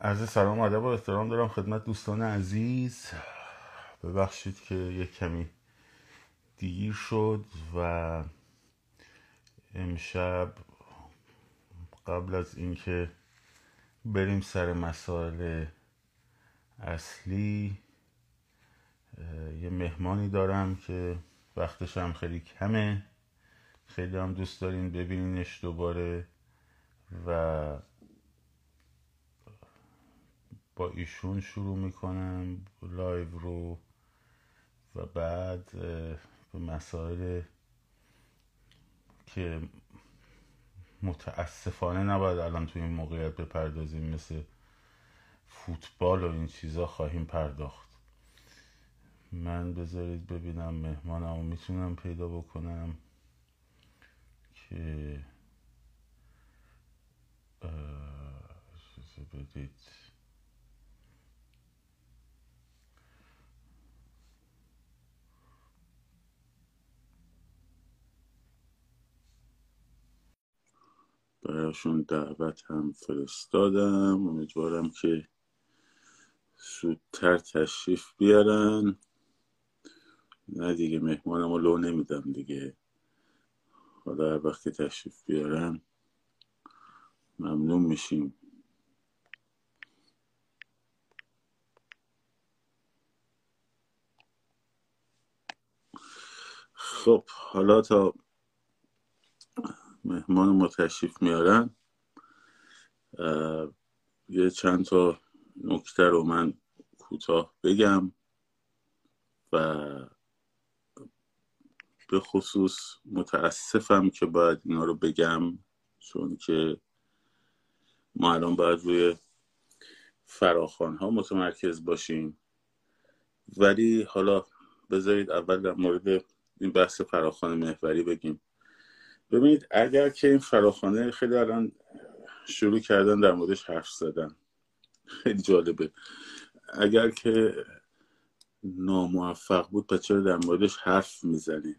عرض سلام و ادب و احترام دارم خدمت دوستان عزیز. ببخشید که یک کمی دیر شد و امشب قبل از اینکه بریم سر مسائل اصلی یه مهمانی دارم که وقتش هم خیلی کمه، خیلی هم دوست دارین ببینینش دوباره و با ایشون شروع میکنم لایو رو و بعد به مسائل که متاسفانه نباید الان توی این موقعیت بپردازیم مثل فوتبال و این چیزا خواهیم پرداخت. من بذارید ببینم مهمانمو میتونم پیدا بکنم که اجازه بدید. براشون دعوت هم فرستادم، امیدوارم که زودتر تشریف بیارن. نه دیگه مهمانم رو لو نمیدم دیگه، حالا هر وقت که تشریف بیارن ممنون میشیم. خب حالا تا مهمان ما تشریف میارن یه چند تا نکته رو من کوتاه بگم و به خصوص متاسفم که باید اینا رو بگم، چون که ما الان باید روی فراخوان ها متمرکز باشیم، ولی حالا بذارید اول در مورد این بحث فراخوان محوری بگیم. ببینید اگر که این فراخوانه خیلی الان شروع کردن در موردش حرف زدن، خیلی جالبه. اگر که ناموفق بود پس چرا در موردش حرف میزنیم؟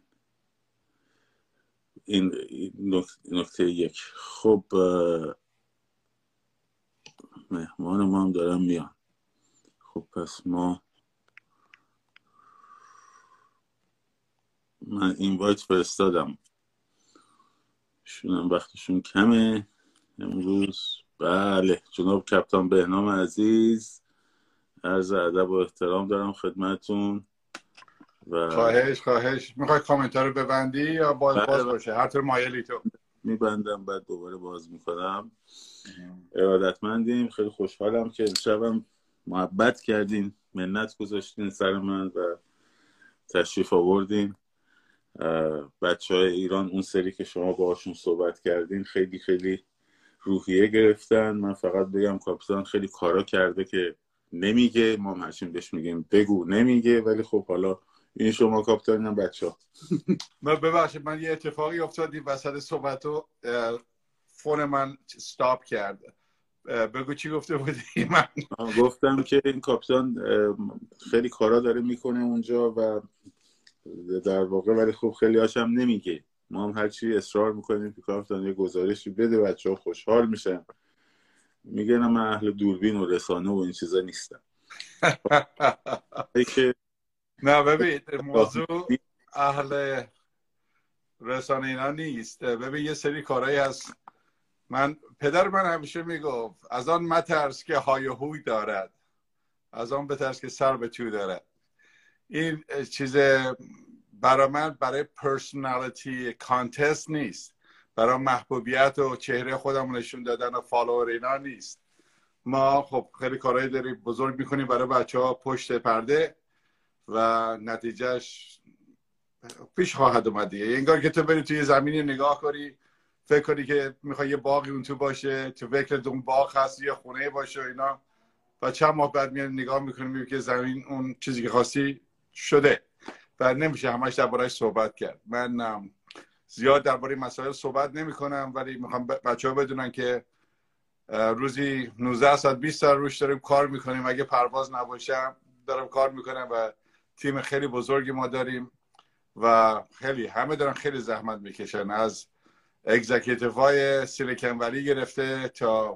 این نکته یک. خب مهمان ما هم دارن میان. خب پس من اینوایت فرستادم، شونم وقتشون کمه امروز. بله جناب کپتان بهنام عزیز، عرض ادب و احترام دارم خدمتون. و خواهش میخوای کامنت رو ببندی یا باز باشه؟ هر طور مایلی تو. میبندم بعد دوباره باز میکنم. ارادتمندیم، خیلی خوشحالم که امشبم محبت کردین، منت گذاشتین سر من و تشریف آوردین. بچهای ایران اون سری که شما باهاشون صحبت کردین خیلی خیلی روحیه گرفتن. من فقط بگم کاپیتان خیلی کارا کرده که نمیگه، ما همچین بهش میگیم بگو نمیگه، ولی خب حالا این شما کاپیتان هم بچه‌ها. ببخشید من یه اتفاقی افتاد این وسط صحبتو فون من استاپ کرده. بگو چی گفته بودی؟ من گفتم که این کاپیتان خیلی کارا داره میکنه اونجا و در واقع ولی خب خیلی هاشم نمیگه. ما هم هرچی اصرار میکنیم که کاپیتان یه گزارشی بده، بچه ها خوشحال میشن، میگه نه من اهل دوربین و رسانه و این چیزا نیستم. نه ببین موضوع اهل رسانه اینا نیست. ببین یه سری کارهایی هست. پدر من همیشه میگفت از آن مترس که های و هوی دارد، از آن بترس که سر به تو دارد. این چیز برای من برای پرسونالیتی کانتست نیست، برای محبوبیت و چهره خودمون نشون دادن و فالوور اینا نیست. ما خب خیلی کارهایی داریم بزرگ میکنیم برای بچه ها پشت پرده و نتیجهش پیش خواهد اومد دیگه. انگار که تو بری توی زمینی نگاه کنی فکر کنی که میخوای یه باقی اون تو باشه، تو فکر اون باغ هست یه خونه باشه و اینا، و چند ماه بعد میاد نگاه میکنی میبینی که زمین اون چیزی که خواستی شده و نمیشه همش درباره‌اش صحبت کرد. من زیاد درباره مسائل صحبت نمیکنم، ولی میخوام بچه‌ها بدونن که روزی 19 ساعت 20 ساعت روش داریم کار میکنیم. اگه پرواز نباشم دارم کار میکنم و تیم خیلی بزرگی ما داریم و خیلی همه دارن خیلی زحمت میکشن، از اگزیکیتیو های سیلیکون ولی گرفته تا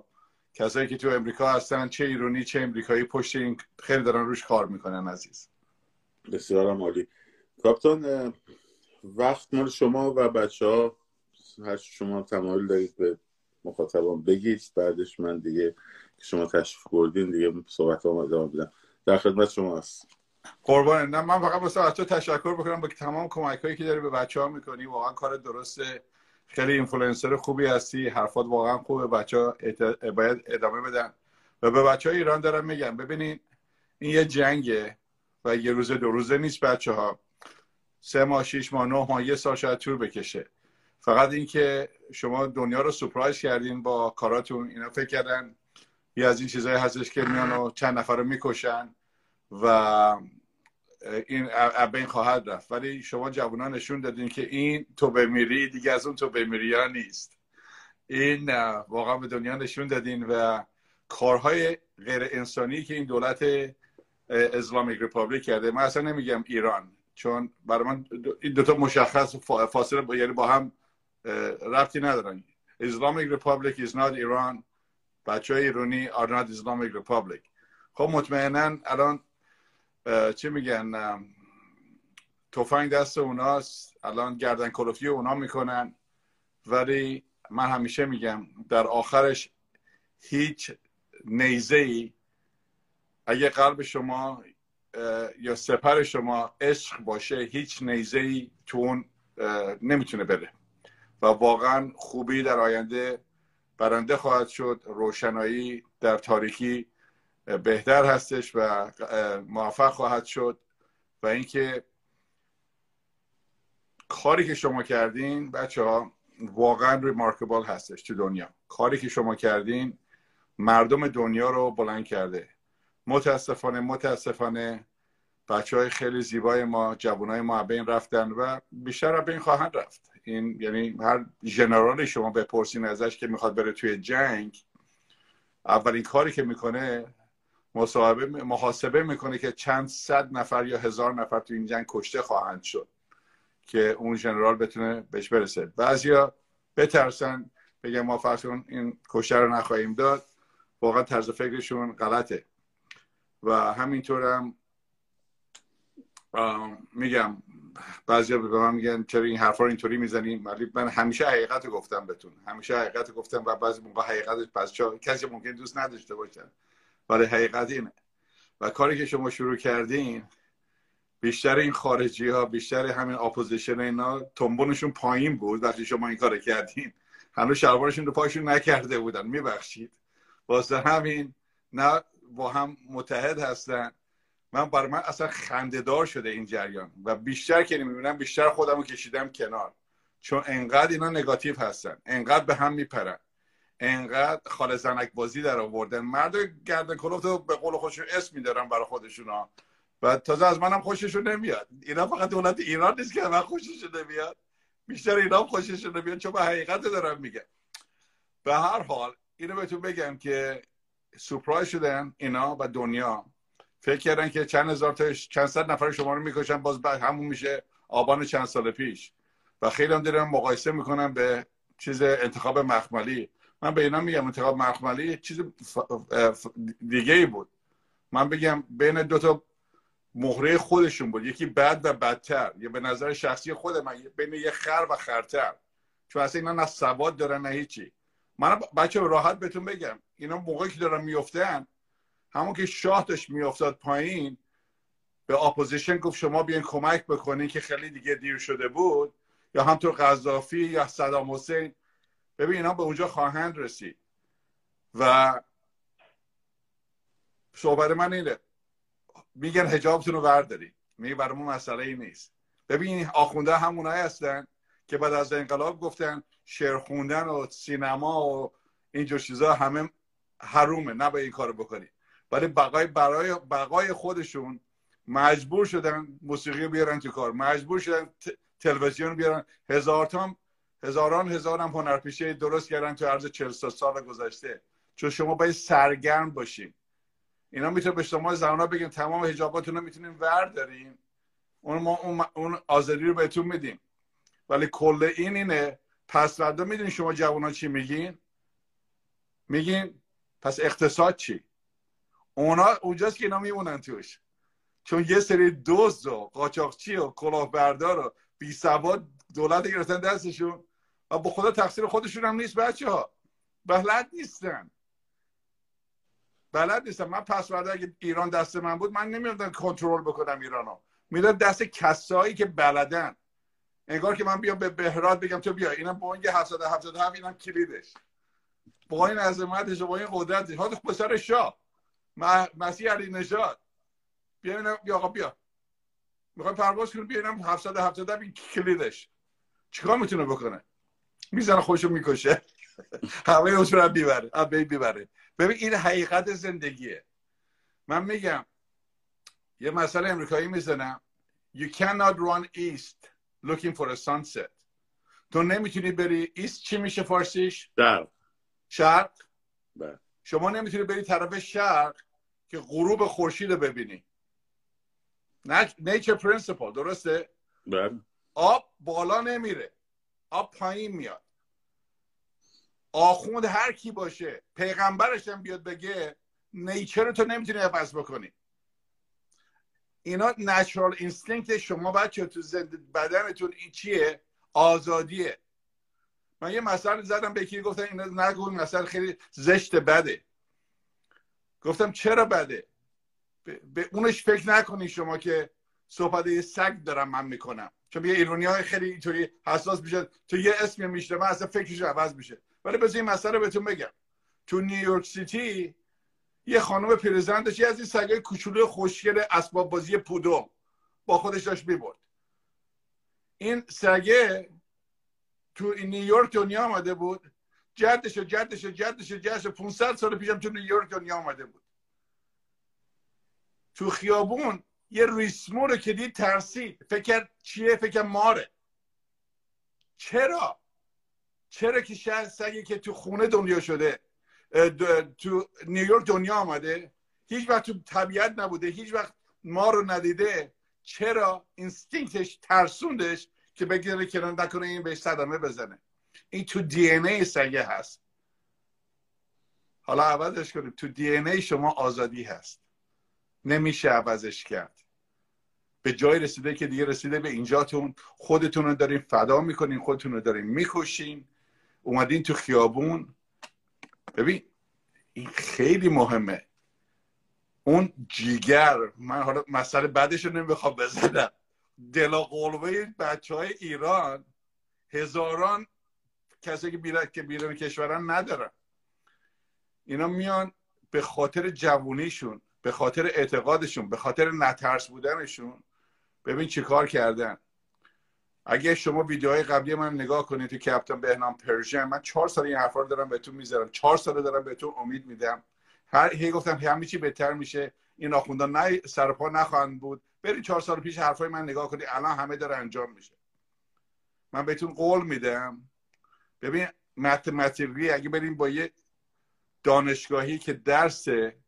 کسایی که تو امریکا هستن، چه ایرانی چه امریکایی، پشت این خیلی دارن روش کار میکنن عزیز. بسیار عالی. کاپتان، وقت مال شما و بچه ها، هر شما تمایل دارید به مخاطبان بگید، بعدش من دیگه که شما تشریف بردین دیگه صحبت ها ادامه بدم. در خدمت شما هست. قربان. نه من فقط واسه بچه‌ها تشکر بکنم با تمام کمک‌هایی که داری به بچه‌ها میکنی. واقعا کار درسته، خیلی اینفلوئنسر خوبی هستی، حرفات واقعا خوبه، بچه‌ها باید ادامه بدن. و به بچه‌های ایران دارم میگم ببینین این یه جنگه و یه روزه دو روزه نیست بچه‌ها، 3 ماه 6 ماه 9 ماه 1 سال شاید طول بکشه. فقط این که شما دنیا رو سورپرایز کردین با کاراتون. اینا فکر کردن یه از این چیزایی هستش که میان و چند نفر رو میکشن و این بین خواهد رفت، ولی شما جوانان نشون دادین که این تو بمیری دیگه از اون تو بمیری ها نیست. این واقعا به دنیا نشون دادین و کارهای غیر انسانی که این دولت اسلامیک ریپابلیک کرده، من اصلا نمیگم ایران، چون برای من این دوتا مشخص فاصله یعنی با هم ربطی ندارن. Islamic Republic is not Iran. بچه های ایرانی are not Islamic Republic. خب مطمئنا الان چی میگن، تفنگ دست اوناست، الان گردن کلفتی اونا میکنن، ولی من همیشه میگم در آخرش هیچ نیزه‌ای اگه قلب شما یا سپر شما عشق باشه، هیچ نیزه‌ای تو اون نمیتونه بره و واقعا خوبی در آینده برنده خواهد شد. روشنایی در تاریکی بهتر هستش و موفق خواهد شد. و اینکه کاری که شما کردین بچه ها واقعا ریمارکبل هستش تو دنیا. کاری که شما کردین مردم دنیا رو بلند کرده. متاسفانه بچه های خیلی زیبای ما، جوانای ما بین رفتن و بیشتر بین خواهند رفت. این یعنی هر ژنرالی شما بپرسین ازش که میخواد بره توی جنگ، اولین کاری که میکنه محاسبه میکنه که چند صد نفر یا 1000 نفر تو این جنگ کشته خواهند شد که اون ژنرال بتونه بهش برسه. بعضیا بترسن بگن ما فرضون این کشته رو نخواهیم داد، واقعا طرز فکرشون غلطه. و همینطورم میگم بعضیا به من میگن چرا این حرفا رو اینطوری میزنیم، ولی من همیشه حقیقت رو گفتم بهتون، همیشه حقیقت رو گفتم و بعضی موقع حقیقتش بچه‌ها کسی ممکن دوست نداشته باشن، ولی حقیقت اینه. و کاری که شما شروع کردین، بیشتر این خارجی ها، بیشتر همین اپوزیشن اینا تنبونشون پایین بود وقتی شما این کار کردین، هنوز شلوارشون رو پاشون نکرده بودن، میبخشید. واسه همین نه با هم متحد هستن. برای من اصلا خنده‌دار شده این جریان و بیشتر که میبینم بیشتر خودمو کشیدم کنار، چون انقدر اینا نگاتیو هستن، انقدر به هم میپرن، انقدر خال زنک بازی در آوردن. مرد گردن کلفت رو به قول خودشون اسم میدارن برای خودشون و تازه از منم خوششون نمیاد. اینا فقط دولت ایران نیست که من خوششون نمیاد، بیشتر اینا هم خوششون نمیاد، چون به حقیقت دارم میگم. به هر حال اینو بهتون بگم که سورپرایز شدن اینا و دنیا، فکر کردن که چند صد نفر شما رو میکشن، باز همون میشه آبان چند سال پیش. و خیلی هم دارم مقایسه میکنم به چیز انتخاب مخملی. من به اینا میگم انتخاب مخملی چیز دیگه ای بود. من بگم بین دو تا مهره خودشون بود، یکی بد و بدتر، یا به نظر شخصی خود من بین یه خر و خرتر، چون اصلا اینا نه سواد دارن نه هیچی. من بچه راحت بهتون بگم اینا موقعی که دارن میافتن، همون که شاه داشت میافتاد پایین، به اپوزیشن گفت شما بیاین کمک بکنین که خیلی دیگه دیر شده بود، یا همطور قذافی یا صدام حسین. ببین اینا به اونجا خواهند رسید. و صحبت من اینه، میگن حجابتون رو بردارید، میگه برای ما مسئله ای نیست. ببین آخونده همونایی هستن که بعد از انقلاب گفتن شعر خوندن و سینما و اینجور چیزا همه حرومه، نباید این کارو بکنی، ولی برای بقای خودشون مجبور شدن موسیقی بیارن تو کار، مجبور شدن تلویزیون بیارن. هزاران هم هنرپیشه درست کردن تو عرض 40 سال گذشته، چون شما باید سرگرم باشین. اینا میتونه به شما زنها بگن تمام حجاباتون رو میتونین وردارین، اون آزادی رو بهتون میدیم، ولی کل اینه. پس فردا میدونین شما جوانان چی میگین؟ میگین پس اقتصاد چی؟ اونجاست که اینا میمونن توش، چون یه سری دزد و قاچاقچی و کلاهبردار و بی سواد دولت گرفتن دستشون و با خدا تقصیر خودشون هم نیست. بچه‌ها بلد نیستن. من پسورده اگه ایران دست من بود من نمیدونم کنترل بکنم ایرانو، میدم دست کسایی که بلدن. انگار که من بیام به بهراد بگم تو بیا اینم بوینگ 777 اینم کلیدش، با این عظمتش و با این قدرتش، ها پسر شاه مسیح علی نژاد بیا آقا بیا میخوای پرواز کنی، بیا اینم 777 این کلیدش. چیکار میتونه بکنه؟ میزنه خوشو میکشه همه اصول هم بیبره. ببین این حقیقت زندگیه. من میگم یه مسئله امریکایی میزنم، you cannot run east looking for a sunset. تو نمیتونی بری ایست، چی میشه فارسیش؟ شرق. شما نمیتونی بری طرف شرق که غروب خورشید رو ببینی. nature principle، درسته؟ آب بالا نمیره، آب پایین میاد. آخوند هر کی باشه، پیغمبرش هم بیاد بگه نیچر تو نمیتونی عوض بکنی. اینا نچرال اینستینکت شما بچه تو بدنتون این چیه؟ آزادیه. من یه مثال زدم به یکی، گفتم اینا نگو، مثلا خیلی زشت بده. گفتم چرا بده؟ به اونش فکر نکنی شما که صحبت یه سگ دارم من میکنم، چون یه ایرانی‌های خیلی اینطوری حساس میشه، تو یه اسمی میشنوه اصلا فکرش عوض میشه. ولی بذار این مسئله بهتون بگم، تو نیویورک سیتی یه خانم پرزنت داشت، از این سگای کوچولو خوشگل اسباب بازی پودو با خودش داشت میبرد. این سگه تو نیویورک دنیا آمده بود، جدش 500 سال پیشم تو نیویورک دنیا آمده بود. تو خیابون یه ریسمو رو که دید ترسید، فکر چیه؟ فکر ماره. چرا که شاید سگی که تو خونه دنیا شده، تو نیویورک دنیا آمده، هیچ وقت تو طبیعت نبوده، هیچ وقت ما رو ندیده، چرا اینستینکتش ترسوندش که بگیره کنار نکنه این بهش صدمه بزنه؟ این تو دی ان ای سگه هست. حالا عوضش کنیم، تو دی ان ای شما آزادی هست، نمیشه عوضش کرد. به جای رسیده که دیگه رسیده به اینجاتون، خودتون رو دارین فدا میکنین، خودتون رو دارین میکشین، اومدین تو خیابون. ببین این خیلی مهمه، اون جیگر. من حالا مسئله بعدش رو نمیخوام بزنم. دل و قلبه بچه های ایران هزاران کسی که بیرون کشورن ندارن. اینا میان به خاطر جوونیشون، به خاطر اعتقادشون، به خاطر نترس بودنشون. ببین چی کار کردن. اگه شما ویدیوهای قبلی من نگاه کنید تو کپتان بهنام پرژن، من 4 سال این حرفا رو دارم بهتون میذارم، 4 سال دارم بهتون امید میدم. هی گفتم همه چی بهتر میشه، این آخوندان نه سر پا نخواهند بود. برید 4 سال پیش حرفای من نگاه کنید، الان همه داره انجام میشه. من بهتون قول میدم. ببین متمتیقی اگه بریم با یه دانشگاهی که درس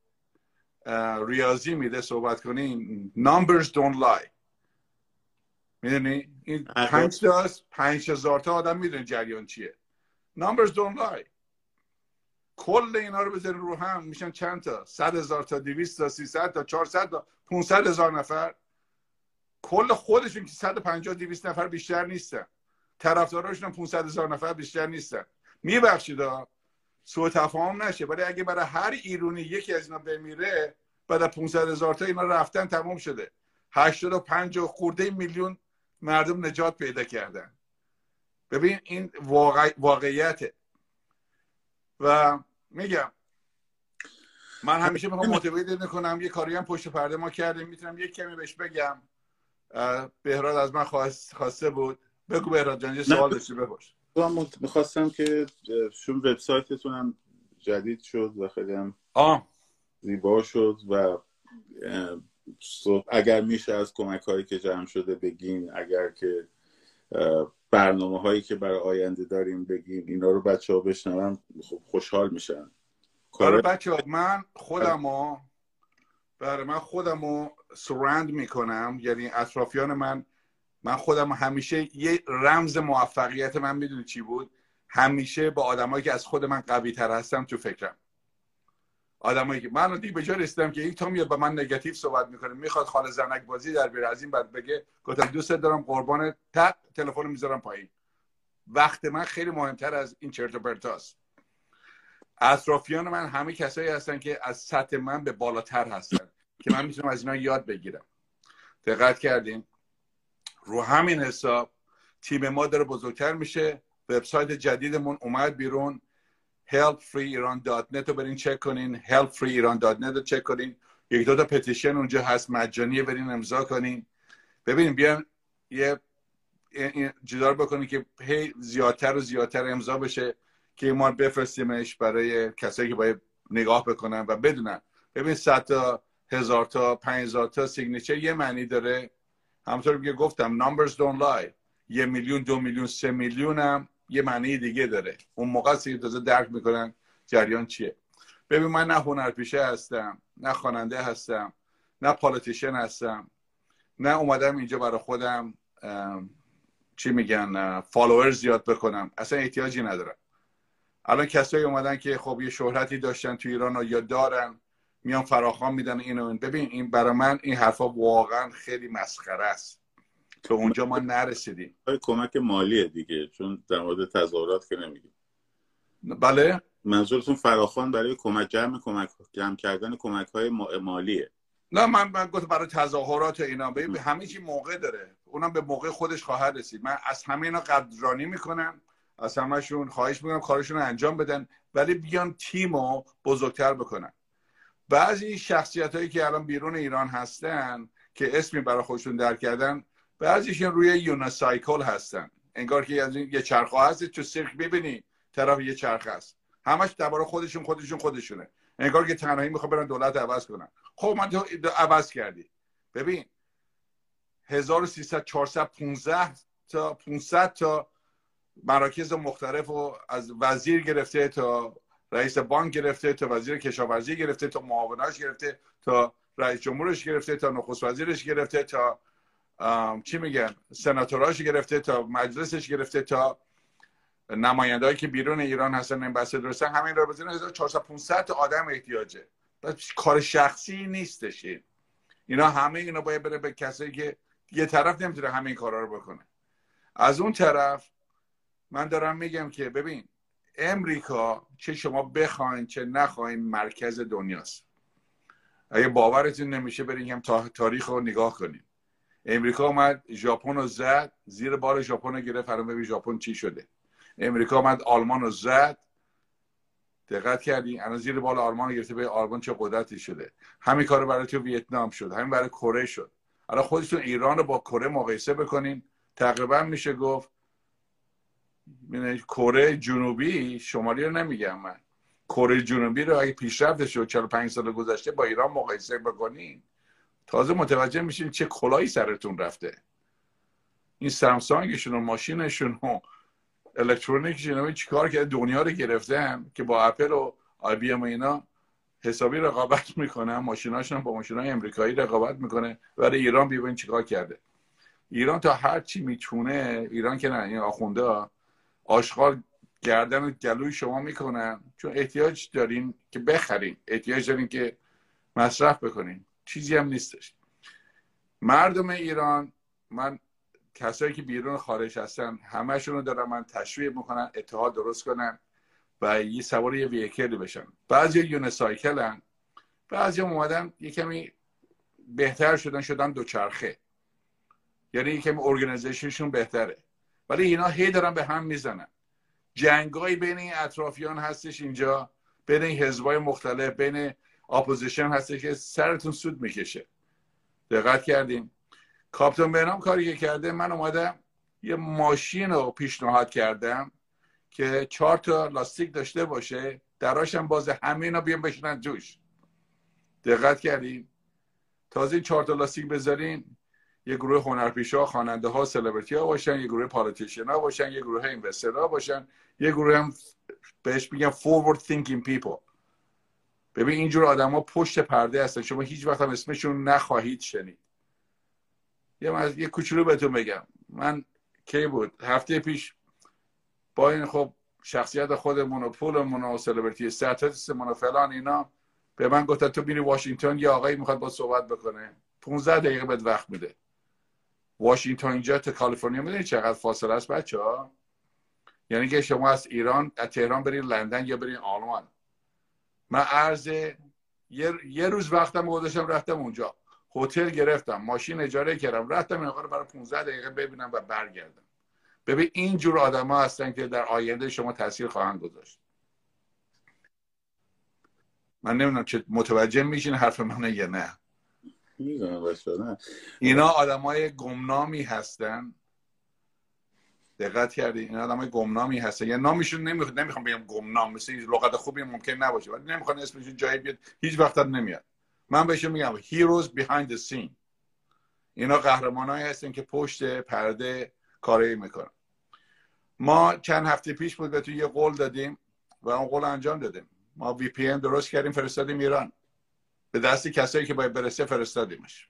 ریاضی میده صحبت کنین، numbers don't lie. میدونی این 5000 تا آدم میدونی جریان چیه. numbers don't lie. کل اینا رو بذارین رو هم میشن چند تا؟ 100,000 تا، 200 تا، 300 تا، 400 تا، 500,000 نفر. کل خودشون که 150 200 نفر بیشتر نیستن، طرفداراشون هم 500,000 نفر بیشتر نیستن. میبخشید سوء تفاهم نشه، ولی اگه برای هر ایرانی یکی از اینا بمیره، بعد 500,000 تا اینا رفتن تموم شده. 85 خورده میلیون مردم نجات پیدا کردن. ببین این واقعیته. و میگم من همیشه میخوام موتیویت کنم. یه کاری هم پشت پرده ما کردیم، میتونم یک کمی بهش بگم. بهراد از من خواسته بود. بگو بهراد جان، یه سوال داشتی بپرس. من میخواستم که شما وبسایتتون هم جدید شد و خیلی هم زیبا شد و اگر میشه از کمک هایی که جمع شده بگین، اگر که برنامه هایی که برای آینده داریم بگین، اینا رو بچه ها بشنون خوشحال میشن. برای بچه ها من خودمو سرند میکنم، یعنی اطرافیان من خودم همیشه یه رمز موفقیت من میدونی چی بود؟ همیشه با آدمایی که از خود من قوی تر هستم تو فکرم. آدمایی که من دیگه به جا رسیدم که این تا میاد با من نگاتیو صحبت میکنه، میخواد خال زنک بازی در بیاره، از این بعد بگه گفتم دوست دارم قربان تق تلفن میذارم پایین. وقت من خیلی مهمتر از این چرت و پرتاست. اطرافیان من همه کسایی هستن که از سطح من به بالاتر هستن که من میتونم از اینا یاد بگیرم. دقت کردین؟ رو همین حساب تیم ما داره بزرگتر میشه. وبسایت جدیدمون اومد بیرون، helpfreeiran.net رو برین چک کنین، helpfreeiran.net رو چک کنین. یک دو تا پتیشن اونجا هست مجانیه، برین امضا کنین. ببینین بیان یه جدار بکنین که زیادتر و زیادتر امضا بشه که ما بفرستیمش برای کسایی که باید نگاه بکنن و بدونن. ببین 100 تا 1000 تا 5000 تا سیگنیچر یه معنی داره. همونطور که گفتم numbers don't lie. 1 میلیون 2 میلیون 3 میلیون هم یه معنی دیگه داره. اون موقع که تازه درک میکنن جریان چیه. ببین من نه هنرپیشه هستم، نه خواننده هستم، نه پالیتیشن هستم، نه اومدم اینجا برای خودم چی میگن فالوور زیاد بکنم. اصلا احتیاجی ندارم. الان کسایی اومدن که خب یه شهرتی داشتن تو ایران یا دارن، میان فراخوان میدن اینو. ببین این برای من این حرفا واقعا خیلی مسخره است. تو اونجا ما نرسیدیم. کمک مالیه دیگه، چون در مورد تظاهرات که نمیگیم. بله منظورتون فراخوان برای کمک جمع کردن کمک‌های مالیه؟ نه من گفتم برای تظاهرات و اینا. ببین همه چی موقع داره، اونم به موقع خودش خواهد رسید. من از همه اینا قدردانی میکنم، از همه‌شون خواهش میکنم کارشون رو انجام بدن، ولی بیان تیمو بزرگتر بکنن. بعضی شخصیتایی که الان بیرون ایران هستن که اسمی برای خودشون در کردن، بعضیشون روی یونیسایکل هستن، انگار که یه چرخه هست تو سیرک ببینی طرف یه چرخه است، همش درباره خودشونه، انگار که تنهایی میخواد برن دولت عوض کنن. خب من تو عوض کردی. ببین 1300 400 15 تا 500 تا مراکز مختلف و از وزیر گرفته تا رئیس بانک گرفته تا وزیر کشاورزی گرفته تا معاوناش گرفته تا رئیس جمهورش گرفته تا نخست وزیرش گرفته تا چی میگن سناتوراش گرفته تا مجلسش گرفته تا نمایندهایی که بیرون ایران هستن امباسادور هستن، همین رو بزنن 1400 500 تا آدم احتیاجه. کار شخصی نیستش. اینا همه اینا باید بره به کسایی که یه طرف نمیتونه همه این کارا رو بکنه. از اون طرف من دارم میگم که ببین امریکا چه شما بخواین چه نخواین مرکز دنیاست. اگه باورتون نمیشه برین هم تاریخ رو نگاه کنیم. امریکا اومد ژاپن رو زد، زیر بار ژاپن رو گرفت. الان ببین ژاپن چی شده. امریکا اومد آلمان رو زد، دقت کردین الان زیر بال آلمان رو گرفته. به آلمان چه قدرتی شده. همین کارو برای تو ویتنام شد، همین برای کره شد. الان خودتون ایران رو با کره مقایسه بکنین، تقریبا میشه گفت کره جنوبی، شمالی رو نمیگم من، کره جنوبی رو اگه پیشرفتش رو 45 سال گذشته با ایران مقایسه بکنین، تازه متوجه میشین چه کلاهی سرتون رفته. این سامسونگشون و ماشینشون و الکترونیکشون چیکار کرده، دنیا رو گرفتن که با اپل و آی بی ام و اینا حسابی رقابت میکنن. ماشیناشون با ماشینای امریکایی رقابت میکنه. برای ایران ببین چیکار کرده. ایران تا هر چی میتونه، ایران که نه، این آخونده آشغال گردن و گلوی شما میکنن، چون احتیاج دارین که بخرین، احتیاج دارین که مصرف بکنین، چیزی هم نیستش. مردم ایران، من کسایی که بیرون خارج هستن همه‌شون رو دارم من تشویق میکنن اتحاد درست کنن و یه سوار یه ویکلی بشن. بعضی یونیسایکلن، بعضی اومدن یه کمی بهتر شدن دوچرخه، یعنی یه کمی ارگانیزیشنشون بهتره، ولی اینا هی دارن به هم میزنن. جنگایی بین این اطرافیان هستش اینجا، بین این حزبای مختلف، بین اپوزیشن هستش که سرتون سود میکشه. دقت کردین؟ کاپیتان بهنام کاری که کرده، من اومدم یه ماشین رو پیشنهاد کردم که 4 تا لاستیک داشته باشه، دراش هم باز، همه اینا بیان بشینن جوش. دقت کردین؟ تازه 4 تا لاستیک بذارین، یه گروه هنرپیشه، خواننده ها، سلبریتی ها باشن، یه گروه پالیتیشن ها باشن، یه گروه اینوستر ها باشن، یه گروه هم بهش میگن forward thinking people. ببین اینجور آدما پشت پرده هستن، شما هیچ وقت هم اسمشون نخواهید شنید. یه کوچولو بهتون بگم، من کی بود هفته پیش با این خب شخصیت خودمون و پولمون و سلبریتی استاتوسمون و فلان اینا به من گفتن تو میری واشنگتن، یه آقایی میخواد با صحبت بکنه، 15 دقیقه بهت وقت میده. واشنگتن اینجا تا کالیفرنیا میدونی چقدر فاصله است بچه‌ها؟ یعنی که شما از ایران، از تهران برید لندن یا برید آلمان. من عرض یه روز وقتم گذاشتم رفتم اونجا، هتل گرفتم، ماشین اجاره کردم، رفتم این آقا رو برای 15 دقیقه ببینم و برگردم. ببین این جور آدما هستن که در آینده شما تاثیر خواهند گذاشت. من نمیدونم چه متوجه میشین حرف منو یا نه. میدونم. اینا آدمای گمنامی هستن. دقت کردی؟ اینا آدمای گمنامی هستن. یعنی نامشون نمیخوام بگم گمنام، مثل لغت خوبی ممکن نباشه، ولی نمیخوان اسمشون جایی بیاد، هیچ وقت نمیاد. من بهشون میگم heroes behind the scene. اینا قهرمانایی هستن که پشت پرده کاری میکنن. ما چند هفته پیش بود بهتون یه قول دادیم و اون قول انجام دادیم. ما VPN درست کردیم، فرستادیم ایران. به دست کسایی که باید برسه فرستادیمش.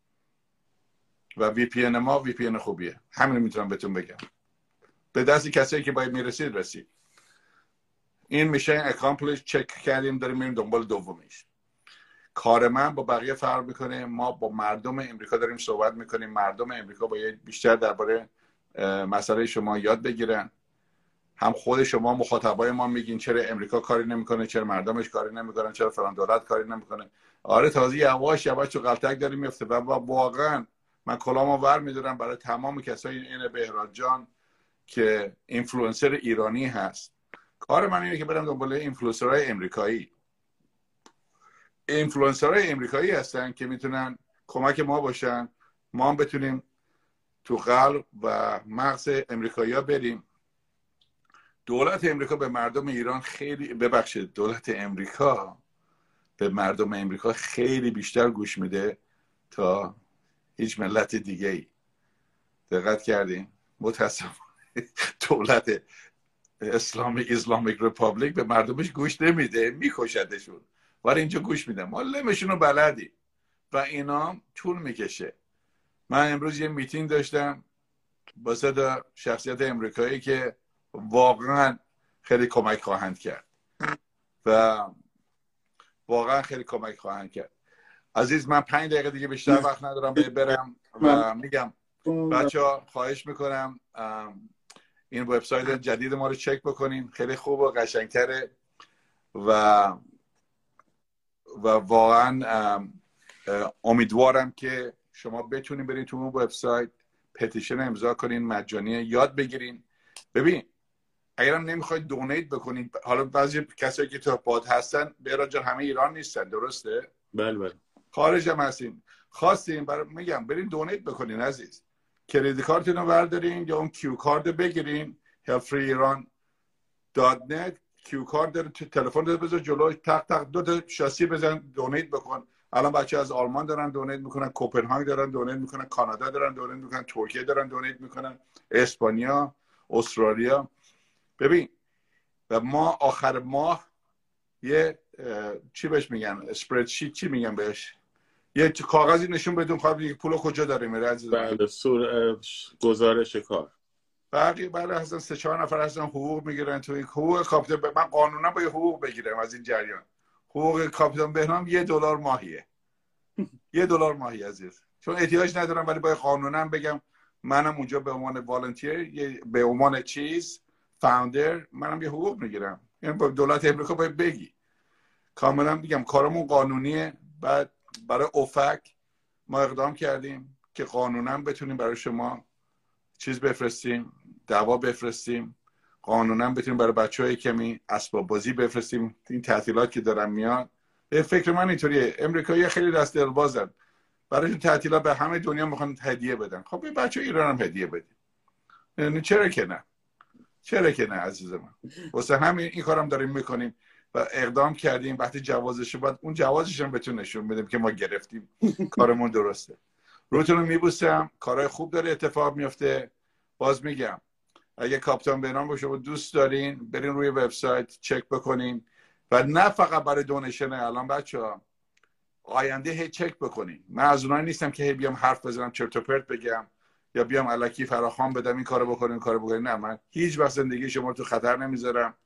و VPN ما VPN خوبیه. همین میتونم بهتون بگم. به دست کسایی که باید میرسید رسید. این میشه اکامپلیش، چک کردیم، داریم میریم دنبال دومیش. کار من با بقیه فرق میکنه. ما با مردم امریکا داریم صحبت میکنیم. مردم امریکا باید بیشتر درباره مسئله شما یاد بگیرن. هم خود شما مخاطبای ما میگین چرا امریکا کاری نمیکنه، چرا مردمش کاری نمیکنن، چرا فلان دولت کاری نمیکنه. آره تازه یواش یواش تو غلطک داریم میفته و واقعا من کلامو ور میدارم برای تمام کسایی این بهراد جان که اینفلوئنسر ایرانی هست. کار من اینه که برم دنبال اینفلوئنسرهای امریکایی. اینفلوئنسرهای امریکایی هستن که میتونن کمک ما باشن، ما هم بتونیم تو قلب و مغز امریکایی‌ها بریم. دولت امریکا به مردم ایران خیلی، ببخشید، دولت امریکا به مردم امریکا خیلی بیشتر گوش میده تا هیچ ملت دیگه ای. دقت کردین؟ متاسفانه دولت اسلامیک ریپابلیک به مردمش گوش نمیده، میکشدشون، ولی اینجا گوش میده. ما لمشون رو بلدی و اینا طول میکشه. من امروز یه میتینگ داشتم با سه شخصیت امریکایی که واقعا خیلی کمک خواهند کرد و واقعا خیلی کمک خواهند کرد. عزیز، من 5 دقیقه دیگه بیشتر وقت ندارم برم و میگم بچه‌ها خواهش میکنم این وبسایت جدید ما رو چک بکنین، خیلی خوب و قشنگتره و واقعا امیدوارم که شما بتونین برید تو اون وبسایت پتیشن امضا کنین، مجانی یاد بگیرین. ببین اگرم نمیخواید دونیت بکنین، حالا بعضی کسایی که تو پاد هستن بهراد جان همه ایران نیستن، درسته؟ بله خارج هم هستین، خواستین میگم برین دونیت بکنین عزیز. کریدیت کارتون رو بردارین یا اون کیو کارت بگیرین، helpfreeiran.net کیو کارت داره تو تلفن رو بذار جلوش، تق تق 2 تا شاسی بزن دونیت بکن. الان بچه از آلمان دارن دونیت میکنن، کوپنهاگ دارن دونیت میکنن، کانادا دارن دونیت میکنن، ترکیه دارن دونیت میکنن، اسپانیا، استرالیا. ببین و ما آخر ماه یه چی بهش میگن، اسپردشیت، چی میگن بهش، یه کاغذی نشون بدون خواهد پولو کجا داره میره عزیز. بله گزارش کار. بله هستن 3-4 نفر هستن حقوق میگیرن تو این حقوق کاپیتان. من قانونا باید حقوق بگیرم از این جریان. حقوق کاپیتان بهنام $1 ماهیه. $1 ماهی عزیز، چون احتیاج ندارم ولی باید قانونا بگم منم اونجا به عنوان والنتیر، به عنوان فاوندر منم یه حقوق میگیرم. یعنی با دولت امریکا باید بگی. کاملا میگم کارمون قانونیه. بعد برای اوفک ما اقدام کردیم که قانونا بتونیم برای شما چیز بفرستیم، دعوا بفرستیم، قانونا بتونیم برای بچه‌های کمی اسباب بازی بفرستیم. این تعطیلات که دارن میاد، فکر من اینطوریه، امریکایی خیلی دست دلبازن، برایشون تعطیلات به همه دنیا میخوان هدیه بدن. خب به بچه‌های ایران هم هدیه بدیم، یعنی چرا که نه، چرا که نه عزیز من. واسه همین این کارم داریم میکنیم و اقدام کردیم. وقتی جوازش بعد اون جوازش هم بهتون نشون بدیم که ما گرفتیم، کارمون درسته. روتون رو میبوسم، کارهای خوب داره اتفاق میفته. باز میگم اگه کاپیتان بهنام باشه و دوست دارین برین روی وبسایت چک بکنین و نه فقط برای دونیشن. الان بچه‌ها آینده هی چک بکنین. من از اونایی نیستم که هی بیام حرف بزنم چرت و پرت بگم یا بیام الکی فراخوان بدم این کارو بکنین این کارو بکنین. نه، من هیچ وقت زندگی شما رو تو خطر نمیذارم.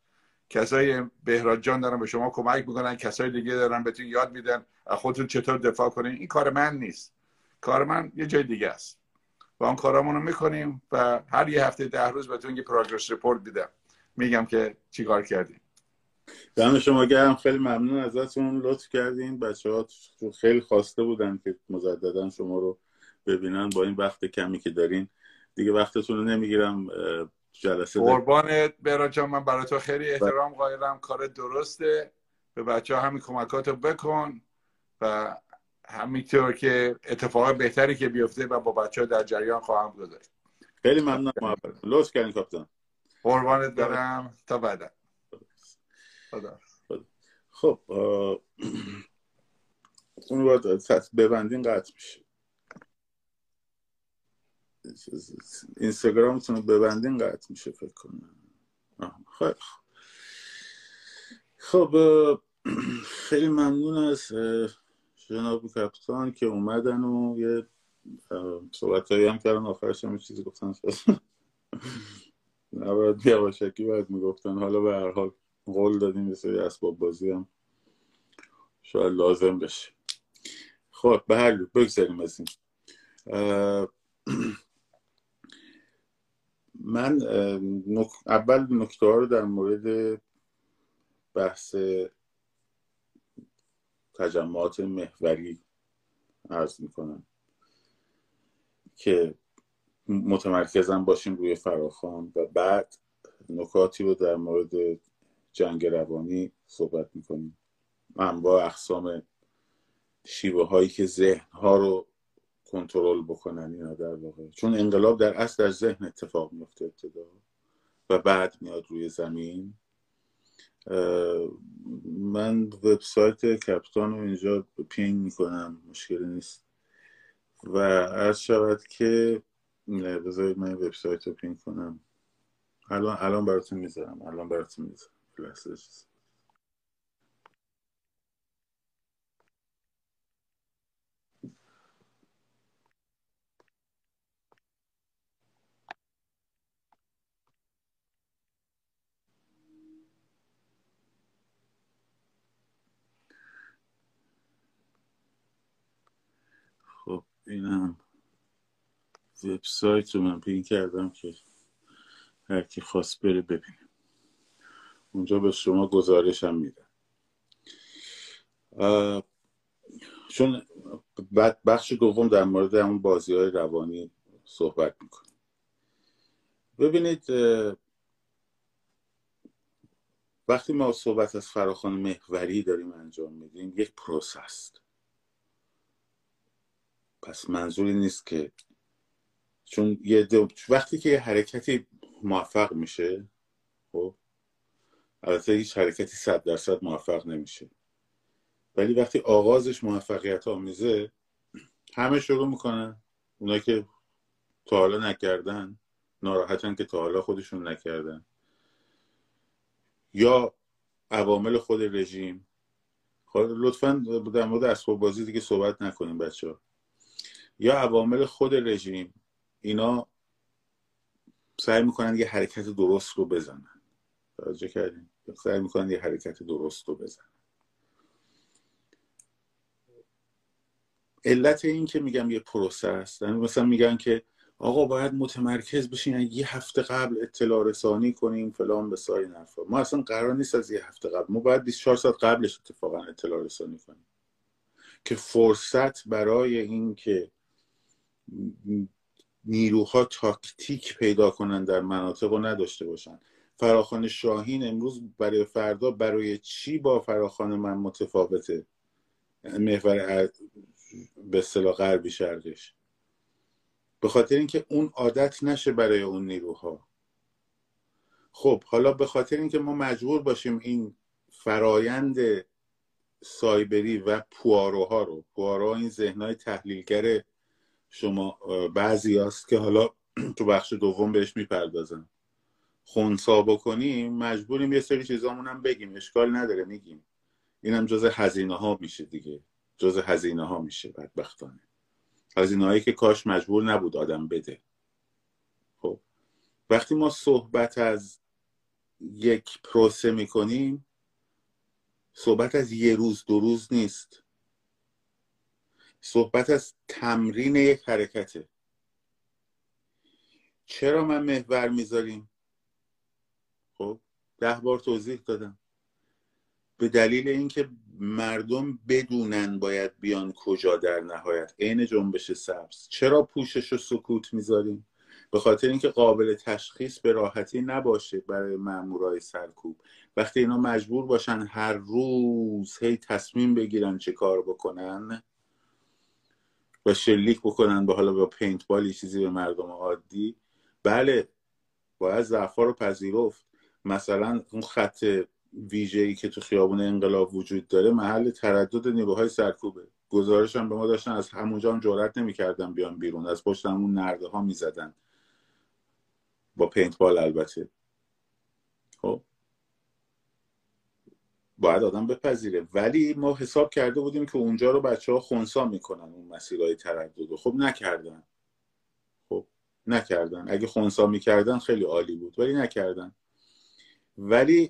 کسای بهراد جان دارن به شما کمک میکنن، کسای دیگه دارن بهتون یاد میدن خودتون چطور دفاع کنین. این کار من نیست، کار من یه جای دیگه است و اون کارامونو میکنیم و هر یه هفته 10 روز بهتون یه پروگرس رپورت میدم، میگم که چیکار کردیم. دم شما گرم، خیلی ممنون ازتون، لطف کردین. بچه‌ها خیلی خواسته بودن که مجددا شما رو ببینن. با این وقت کمی که دارین دیگه وقتتون رو نمیگیرم. جلسه قربانت بهراد جان، من برای تو خیلی احترام قائلم، کار درسته. به بچه‌ها همین کمکاتو بکن و همینطور که اتفاق بهتری که بیفته و با بچه‌ها در جریان خواهم گذاشت. خیلی ممنون، محبت لطف کردین کاپیتان. قربانت برم، تا بعدا. خدا. خب اون باید ببندین قطع میشه. اینستاگرامتون رو ببندین قطع میشه فکر کنم. خیلی خب خیلی ممنون از جناب کاپیتان که اومدن و یه صحبتایی هم کردن، آخرش هم چیزی گفتن نباید یواشکی باید میگفتن. حالا به هر حال قول دادیم یه سری اسباب بازی هم شاید لازم بشه. خب به هر حال بگذاریم از این. من اول نکته ها رو در مورد بحث تجمعات محوری عرض میکنم که متمرکزم باشیم روی فراخوان و بعد نکاتی رو در مورد جنگ روانی صحبت میکنیم، انواع اقسام شیوه هایی که ذهن ها رو کنترل بکنن اینا در واقع، چون انقلاب در اصل در ذهن اتفاق میفته ابتدا و بعد میاد روی زمین. من وبسایت کاپیتان رو اینجا پینگ میکنم، مشکلی نیست. و عرض شود که بذارید من وبسایت رو پینگ کنم. الان براتون میذارم. خب اینم وبسایت رو من پینگ کردم که هر کی خواست بره ببینه. اونجا به شما گزارش هم میدم. چون بعد بخش دوم در مورد همون بازی‌های روانی صحبت میکنیم. ببینید وقتی ما صحبت از فراخوان محوری داریم انجام میدیم یک پروسه است. پس منظوری نیست که چون وقتی که یه حرکتی موفق میشه، خب البته هیچ حرکتی 100% موفق نمیشه، ولی وقتی آغازش موفقیت آمیزه همه شروع میکنن. اونایی که تا حالا نکردن ناراحتن که تا حالا خودشون نکردن، یا عوامل خود رژیم. لطفاً در مورد اسباب بازی دیگه صحبت نکنیم بچه‌ها. یا عوامل خود رژیم، اینا سعی میکنن یه حرکت درست رو بزنن. توجه کردین؟ سعی میکنن یه حرکت درست رو بزنن. علت این که میگم یه پروسه است، مثلا میگن که آقا باید متمرکز بشین، یه هفته قبل اطلاع رسانی کنیم فلان بسار این حرفا. ما اصلا قرار نیست از یه هفته قبل، ما باید 24 ساعت قبلش اتفاقا اطلاع رسانی کنیم که فرصت برای این که نیروها تاکتیک پیدا کنن در مناطق رو نداشته باشن. فراخوان شاهین امروز برای فردا برای چی با فراخوان من متفاوته؟ محور به اصطلاح غربی شرقش، به خاطر اینکه اون عادت نشه برای اون نیروها. خب حالا به خاطر اینکه ما مجبور باشیم این فرایند سایبری و پوآروها این ذهنهای تحلیلگر شما بعضی هست که حالا تو بخش دوم بهش میپردازم، خونسا بکنیم، مجبوریم یه سری چیزامون هم بگیم، اشکال نداره میگیم. اینم جز هزینه ها میشه دیگه، جز هزینه ها میشه بدبختانه، هزینه هایی که کاش مجبور نبود آدم بده. خب وقتی ما صحبت از یک پروسه میکنیم، صحبت از یه روز دو روز نیست، صحبت از تمرین یک حرکته. چرا من محور میذاریم؟ خب 10 بار توضیح دادم. به دلیل اینکه مردم بدونن باید بیان کجا در نهایت، عین جنبش سبز. چرا پوشش و سکوت میذاریم؟ به خاطر اینکه قابل تشخیص به راحتی نباشه برای مامورای سرکوب. وقتی اینا مجبور باشن هر روز هی تصمیم بگیرن چه کار بکنن و شلیک بکنن به حالا با پینت بالی چیزی به مردم عادی، بله باید ضعف‌ها رو پذیرفت. مثلا اون خط ویژه‌ای که تو خیابون انقلاب وجود داره محل تردد نیروهای سرکوبه. گزارش هم به ما داشتن از همونجا هم جرئت نمی‌کردن بیان بیرون، از پشت همون نرده ها می‌زدن با پینت بال. البته خب باید آدم بپذیره، ولی ما حساب کرده بودیم که اونجا رو بچه‌ها خنثی میکنن، اون مسیرهای تردد. خب نکردن. خب نکردن. اگه خنثی میکردن خیلی عالی بود، ولی نکردن. ولی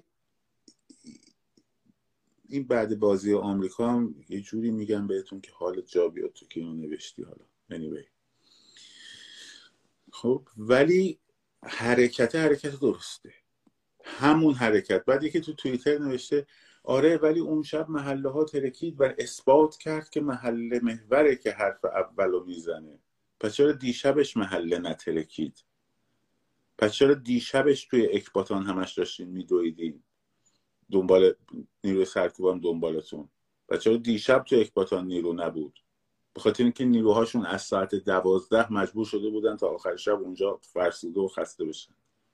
این بعد بازی آمریکا هم یه جوری میگم بهتون که حالت جا بیاد تو که اینو نوشتی. حالا anyway. خب ولی حرکت درسته، همون حرکت. بعد یکی تو توییتر نوشته آره ولی اون شب محله ها ترکید و اثبات کرد که محله محوره که حرف اولو میزنه. پس چرا دیشبش محله نترکید؟ پس چرا دیشبش توی اکباتان همش داشتین میدویدین دنبال نیروی سرکوبم دنبالتون؟ پس چرا دیشب توی اکباتان نیرو نبود؟ به خاطر اینکه نیروهاشون از ساعت 12 مجبور شده بودن تا آخر شب اونجا فرسوده و خسته بشن.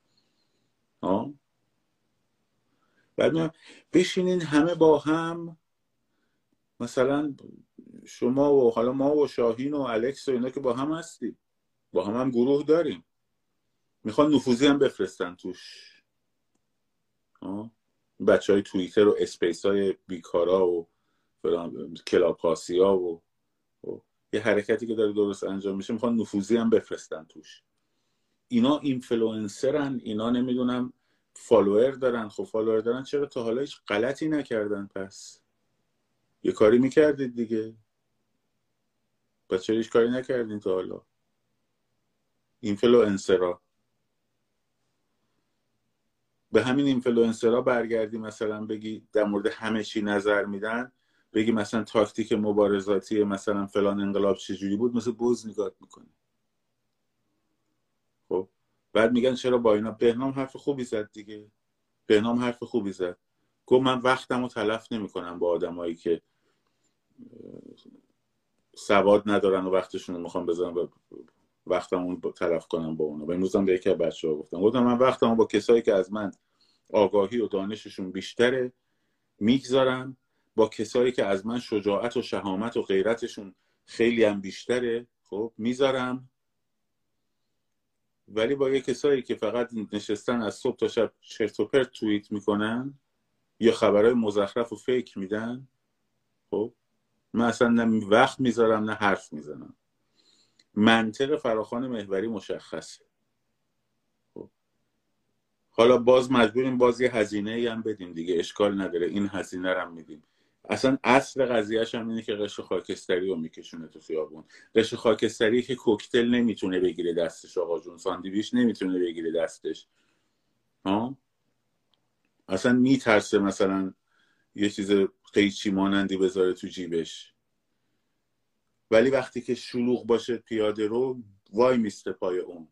بعد بشینین همه با هم، مثلا شما و حالا ما و شاهین و الکس و اینا که با هم هستیم، با هم گروه داریم، میخوان نفوذی هم بفرستن توش. بچه های توییتر و اسپیس های بیکارا و کلاب هاسی ها و یه حرکتی که داره درست انجام میشه میخوان نفوذی هم بفرستن توش. اینا اینفلوئنسرن، اینا نمیدونم فالوور دارن. خب فالوور دارن چرا تا حالا هیچ غلطی نکردن؟ پس یه کاری میکردید دیگه. پس چرا هیچ کاری نکردین تا حالا؟ اینفلوئنسرها، به همین اینفلوئنسرها برگردی مثلا بگی در مورد همه چی نظر میدن، بگی مثلا تاکتیک مبارزاتی مثلا فلان انقلاب چجوری بود، مثل بوز نگاه میکنی. خب بعد میگن چرا با اینا. بهنام حرف خوبی زد دیگه. بهنام حرف خوبی زد، گفت من وقتمو تلف نمیکنم با آدمایی که سواد ندارن و وقتشون رو میخوام بذارم و وقتمو تلف کنم با اونا. و امروز هم به یکی از بچه‌ها گفتم من وقتمو با کسایی که از من آگاهی و دانششون بیشتره میگذارم، با کسایی که از من شجاعت و شهامت و غیرتشون خیلی هم بیشتره خب میذارم. ولی با یه کسایی که فقط نشستن از صبح تا شب چرت و پرت توییت میکنن یا خبرهای مزخرف و فیک میدن، خب من اصلا نه وقت میذارم نه حرف میزنم. منطق فراخوان محوری مشخصه. خب حالا باز مجبوریم باز یه هزینه‌ای هم بدیم دیگه، اشکال نداره، این هزینه رو هم میدیم. اصلا اصل قضیهش هم اینه که قشر خاکستری رو میکشونه تو خیابون. قشر خاکستری که کوکتل نمیتونه بگیره دستش، آقا جون ساندویچ نمیتونه بگیره دستش، اصلا میترسه مثلا یه چیز قیچی مانندی بذاره تو جیبش. ولی وقتی که شلوغ باشه پیاده رو وای میسته پای اون.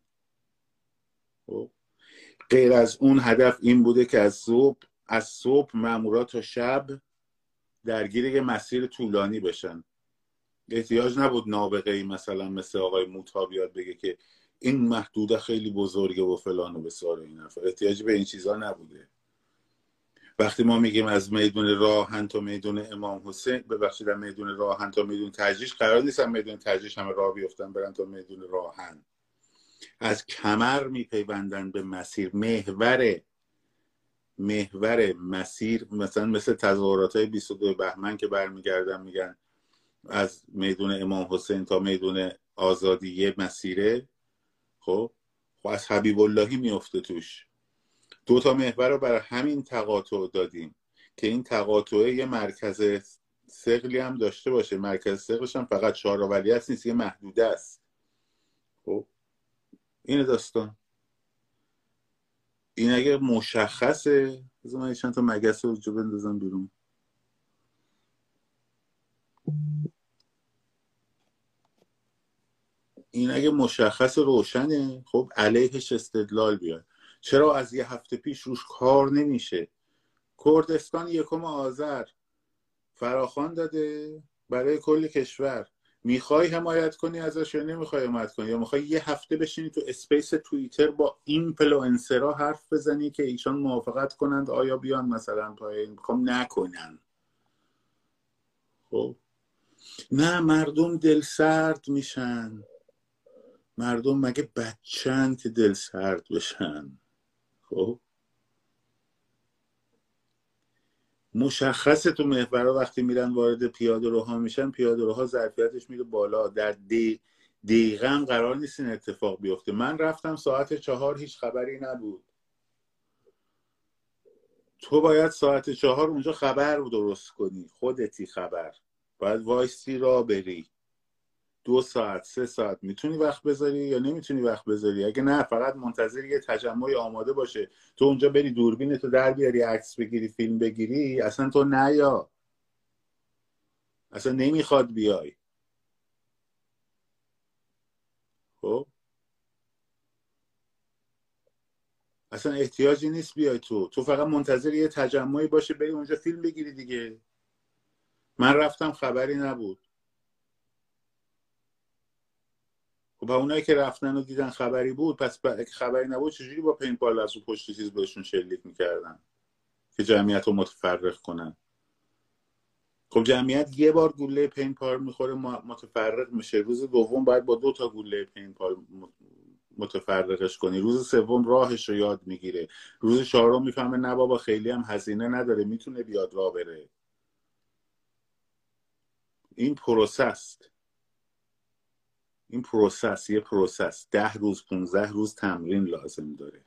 غیر از اون هدف این بوده که از صبح مامورا تا شب درگیر یه مسیر طولانی بشن. احتیاج نبود نابغه‌ای مثلا مثل آقای موتا بیاد بگه که این محدوده خیلی بزرگه و فلان و بسار این حرفا. احتیاجی به این چیزا نبوده. وقتی ما میگیم از میدون راهن تا میدون امام حسین، ببخشید از میدون راهن تا میدون تجریش، قرار نیست میدون تجریش همه راه بیفتن برن تا میدون راهن. از کمر میپیوندن به مسیر، محور مسیر. مثلا مثل تظاهرات 22 بهمن که برمیگردن میگن از میدون امام حسین تا میدون آزادی یه مسیره. خب از حبیب اللهی میفته توش. 2 تا محور رو برای همین تقاطع دادیم که این تقاطعه یه مرکز ثقلی هم داشته باشه. مرکز ثقلش هم فقط شارع ولیعصر نیست، یه محدوده است. خب این داستان. این اگه مشخصه، بذار من چند تا مگس رو جو بندازم بیرون. این اگه مشخص روشنه، خب علیهش استدلال بیاد. چرا از یه هفته پیش روش کار نمیشه؟ کردستان 1 آذر فراخوان داده برای کل کشور. میخوای حمایت کنی ازش یا نمیخوای حمایت کنی؟ یا میخوای یه هفته بشینی تو اسپیس توییتر با اینفلوئنسرها حرف بزنی که ایشان موافقت کنند آیا بیان مثلا پای میخوام نکنن؟ خب نه، مردم دل سرد میشن. مردم مگه بچن که دل سرد بشن؟ خب مشخصه تو محورها وقتی میرن وارد پیاده روها میشن، پیاده روها ظرفیتش میره بالا. در دقیقا هم قرار نیست این اتفاق بیفته. من رفتم ساعت 4 هیچ خبری نبود. تو باید ساعت 4 اونجا خبر درست کنی، خودتی خبر. باید وایسی را بری 2 ساعت 3 ساعت. میتونی وقت بذاری یا نمیتونی وقت بذاری؟ اگه نه فقط منتظر یه تجمعی آماده باشه تو اونجا بری دوربینتو در بیاری عکس بگیری فیلم بگیری، اصلا تو نیا، اصلا نمیخواد بیای. خب اصلا احتیاجی نیست بیای. تو فقط منتظر یه تجمعی باشه بری اونجا فیلم بگیری دیگه. من رفتم خبری نبود. خب اونایی که رفتن و دیدن خبری بود، پس خبری نبود چجوری با پینبال از اون پشت چیز بهشون شلیک میکردن که جمعیت رو متفرق کنن؟ خب جمعیت یه بار گوله پینبال میخوره متفرق میشه. روز دوم باید با 2 تا گوله پینبال متفرقش کنی. روز سوم راهش رو یاد میگیره. روز 4 میفهمه نه بابا خیلی هم هزینه نداره، میتونه بیاد راه بره. این پروسس یه پروسس 10 روز 15 روز تمرین لازم داره.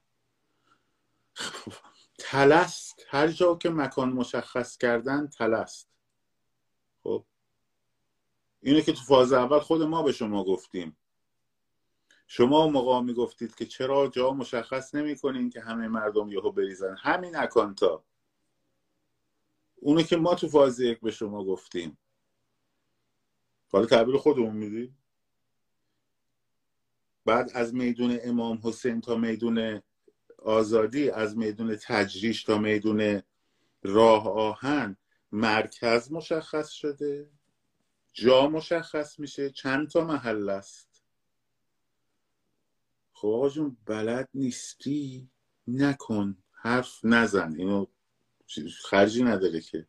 تلست هر جا که مکان مشخص کردن تلست. خب اینه که تو فاز اول خود ما به شما گفتیم. شما موقع میگفتید که چرا جا مشخص نمی کنین که همه مردم یهو بریزن همین اکانتا. اونه که ما تو فاز 1 به شما گفتیم. حالا تعبیر خودمون میدی. بعد از میدون امام حسین تا میدون آزادی، از میدون تجریش تا میدون راه آهن مرکز مشخص شده، جا مشخص میشه، چند تا محل است. خب آقا جون بلد نیستی نکن، حرف نزن، اینو خرجی نداره که.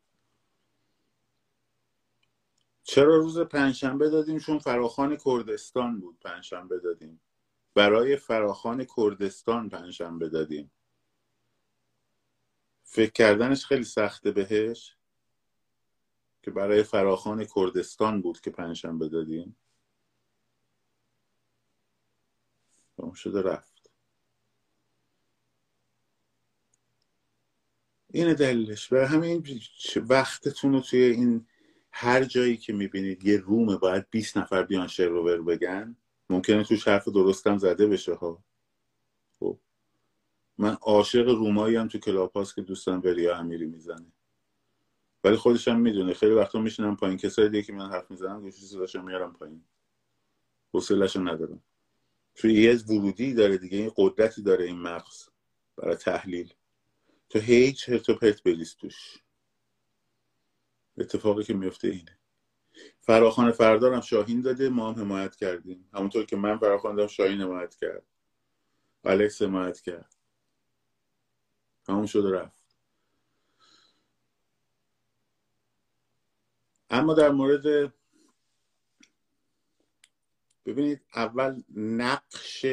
چرا روز پنجشنبه دادیم؟ چون فراخوان کردستان بود پنجشنبه دادیم. برای فراخوان کردستان پنجشنبه دادیم. فکر کردنش خیلی سخته بهش که برای فراخوان کردستان بود که پنجشنبه دادیم. تمام شده رفت. اینه دلیلش. برای همین وقتتون رو توی این هر جایی که میبینید یه رومه باید 20 نفر بیان شعر رو بگن، ممکنه توش حرف درستم زده بشه ها. خب من عاشق رومایی هم تو کلاپاس که دوستان وریا امیری میزنه، ولی خودش هم میدونه خیلی وقتا میشینم پایین، کسای دیگه که من حرف میزنم گوشی صداشو میارم پایین، حوصله‌شو ندارم. چون یه ورودی داره دیگه، این قدرتی داره این مغز برای تحلیل. تو هیچ چرت و پرت بریز توش. اتفاقی که میفته اینه. فراخوان فردارم شاهین داده، ما هم حمایت کردیم، همونطور که من فراخوان دادم شاهین حمایت کرد، الکس حمایت کرد، همون شد رفت. اما در مورد ببینید اول نقش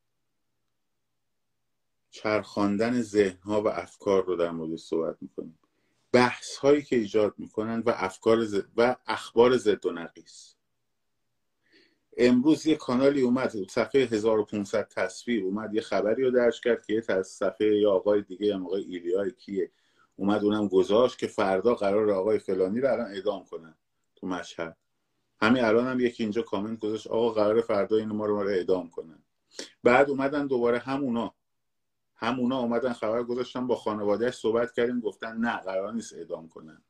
چرخاندن ذهن‌ها و افکار رو در مورد صحبت میکنیم. بحث هایی که ایجاد میکنن و افکار و اخبار ضد و نقیض. امروز یه کانالی اومد صفحه 1500 تصویر اومد یه خبری رو درج کرد که یه صفحه یا آقای دیگه هم آقای ایلیا کیه اومد اونم گذاشت که فردا قرار آقای فلانی رو الان اعدام کنن تو مشهد. همین الان هم یکی اینجا کامنت گذاشت آقا قرار فردا اینو ما رو اعدام کنن. بعد اومدن دوباره همونا اومدن خبر گذاشتن با خانواده‌اش صحبت کردیم گفتن نه قرار نیست اعدام کنن.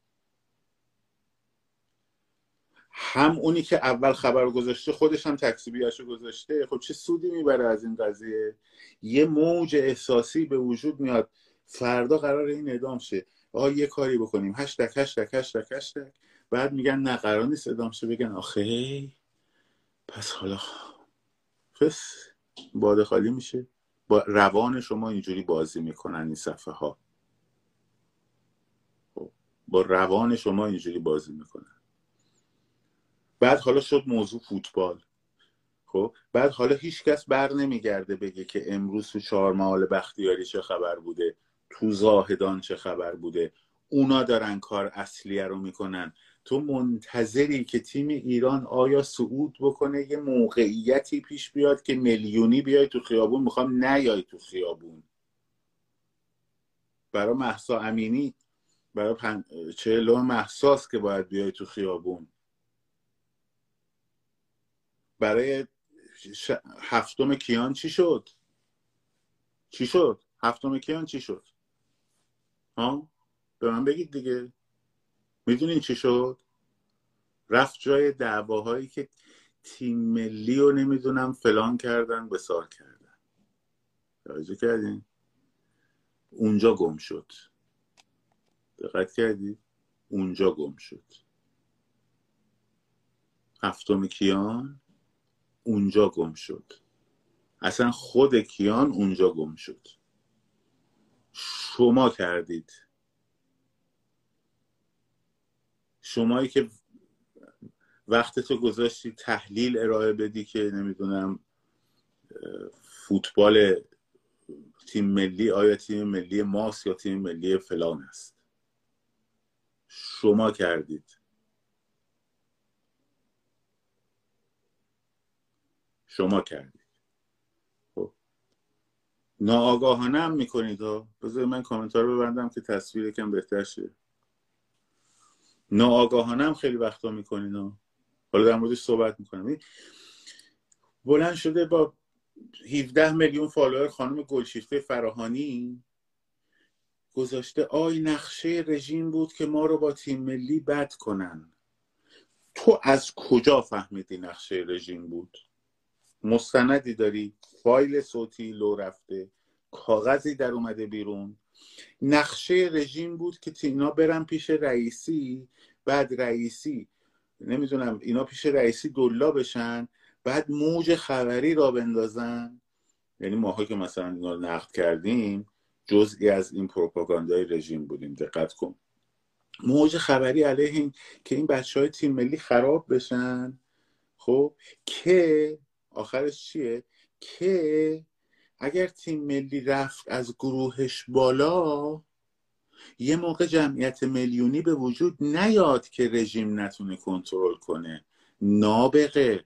هم اونی که اول خبر گذاشته خودش هم تکذیبیاشو گذاشته. خب چه سودی میبره از این قضیه؟ یه موج احساسی به وجود میاد فردا قرار این اعدام شه، آقا یه کاری بکنیم هشتگ. بعد میگن نه قرار نیست اعدام شه، بگن آخه پس حالا پس باده خالی میشه. با روان شما اینجوری بازی میکنن این صفحه ها، با روان شما اینجوری بازی میکنن. بعد حالا شد موضوع فوتبال. خب بعد حالا هیچ کس بر نمیگرده بگه که امروز تو چهارمحال بختیاری چه خبر بوده، تو زاهدان چه خبر بوده. اونا دارن کار اصلیه رو میکنن. تو منتظری که تیم ایران آیا صعود بکنه یه موقعیتی پیش بیاد که میلیونی بیای تو خیابون. میخوام نیای تو خیابون. برای مهسا امینی برای 40 مهساست که باید بیای تو خیابون. برای هفتم کیان چی شد؟ هفتم کیان چی شد؟ ها؟ به من بگید دیگه. میدونین چی شد؟ رفت جای دعواهایی که تیم ملی رو نمیدونم فلان کردن بسار کردن. توجه کردین؟ اونجا گم شد. دقت کردی؟ اونجا گم شد. هفتم کیان اونجا گم شد. اصلا خود کیان اونجا گم شد. شما کردید. شمایی که وقتتو گذاشتی تحلیل ارائه بدی که نمیدونم فوتبال تیم ملی آیا تیم ملی ماست یا تیم ملی فلان است. شما کردید. خب ناآگاهانه هم میکنید ها. بذار من کامنتار رو ببندم که تصویر یکم بهتر شه. ناآگاهانه هم خیلی وقتا میکنید ها. حالا در موردش صحبت میکنم. بلند شده با 17 میلیون فالوور خانم گلشیفته فراهانی گذاشته آی نقشه رژیم بود که ما رو با تیم ملی بد کنن. تو از کجا فهمیدی نقشه رژیم بود؟ مستندی داری؟ فایل صوتی لو رفته؟ کاغذی در اومده بیرون؟ نقشه رژیم بود که اینا برن پیش رئیسی، بعد رئیسی نمیدونم اینا پیش رئیسی دلا بشن، بعد موج خبری را بندازن. یعنی ماها که مثلا اینا رو نقد کردیم جزئی از این پروپاگاندای رژیم بودیم. دقت کن. موج خبری علیه این که این بچهای تیم ملی خراب بشن. خب که آخرش چیه؟ که اگر تیم ملی رفت از گروهش بالا یه موقع جمعیت میلیونی به وجود نیاد که رژیم نتونه کنترل کنه. نابغه.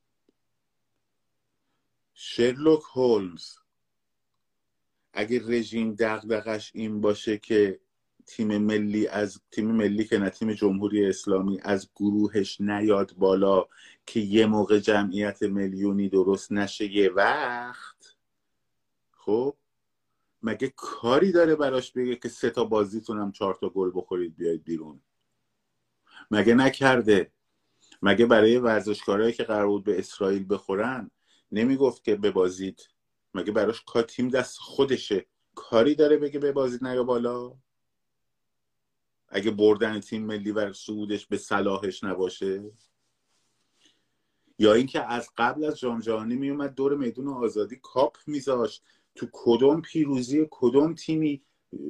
شرلوک هولمز. اگه رژیم دغدغش این باشه که تیم ملی که نه تیم جمهوری اسلامی از گروهش نیاد بالا که یه موقع جمعیت میلیونی درست نشه یه وقت، خب مگه کاری داره براش بگه که 3 تا بازیتونم 4 تا گل بخورید بیاید بیرون؟ مگه نکرده؟ مگه برای ورزشکارایی که قرار بود به اسرائیل بخورن نمیگفت که ببازید؟ مگه براش تیم دست خودشه؟ کاری داره بگه ببازید نیا بالا؟ اگه بردن تیم ملی و صعودش به صلاحش نباشه؟ یا اینکه از قبل از جام جهانی میومد دور میدون آزادی کاپ میذاشت، تو کدوم پیروزی کدوم تیمی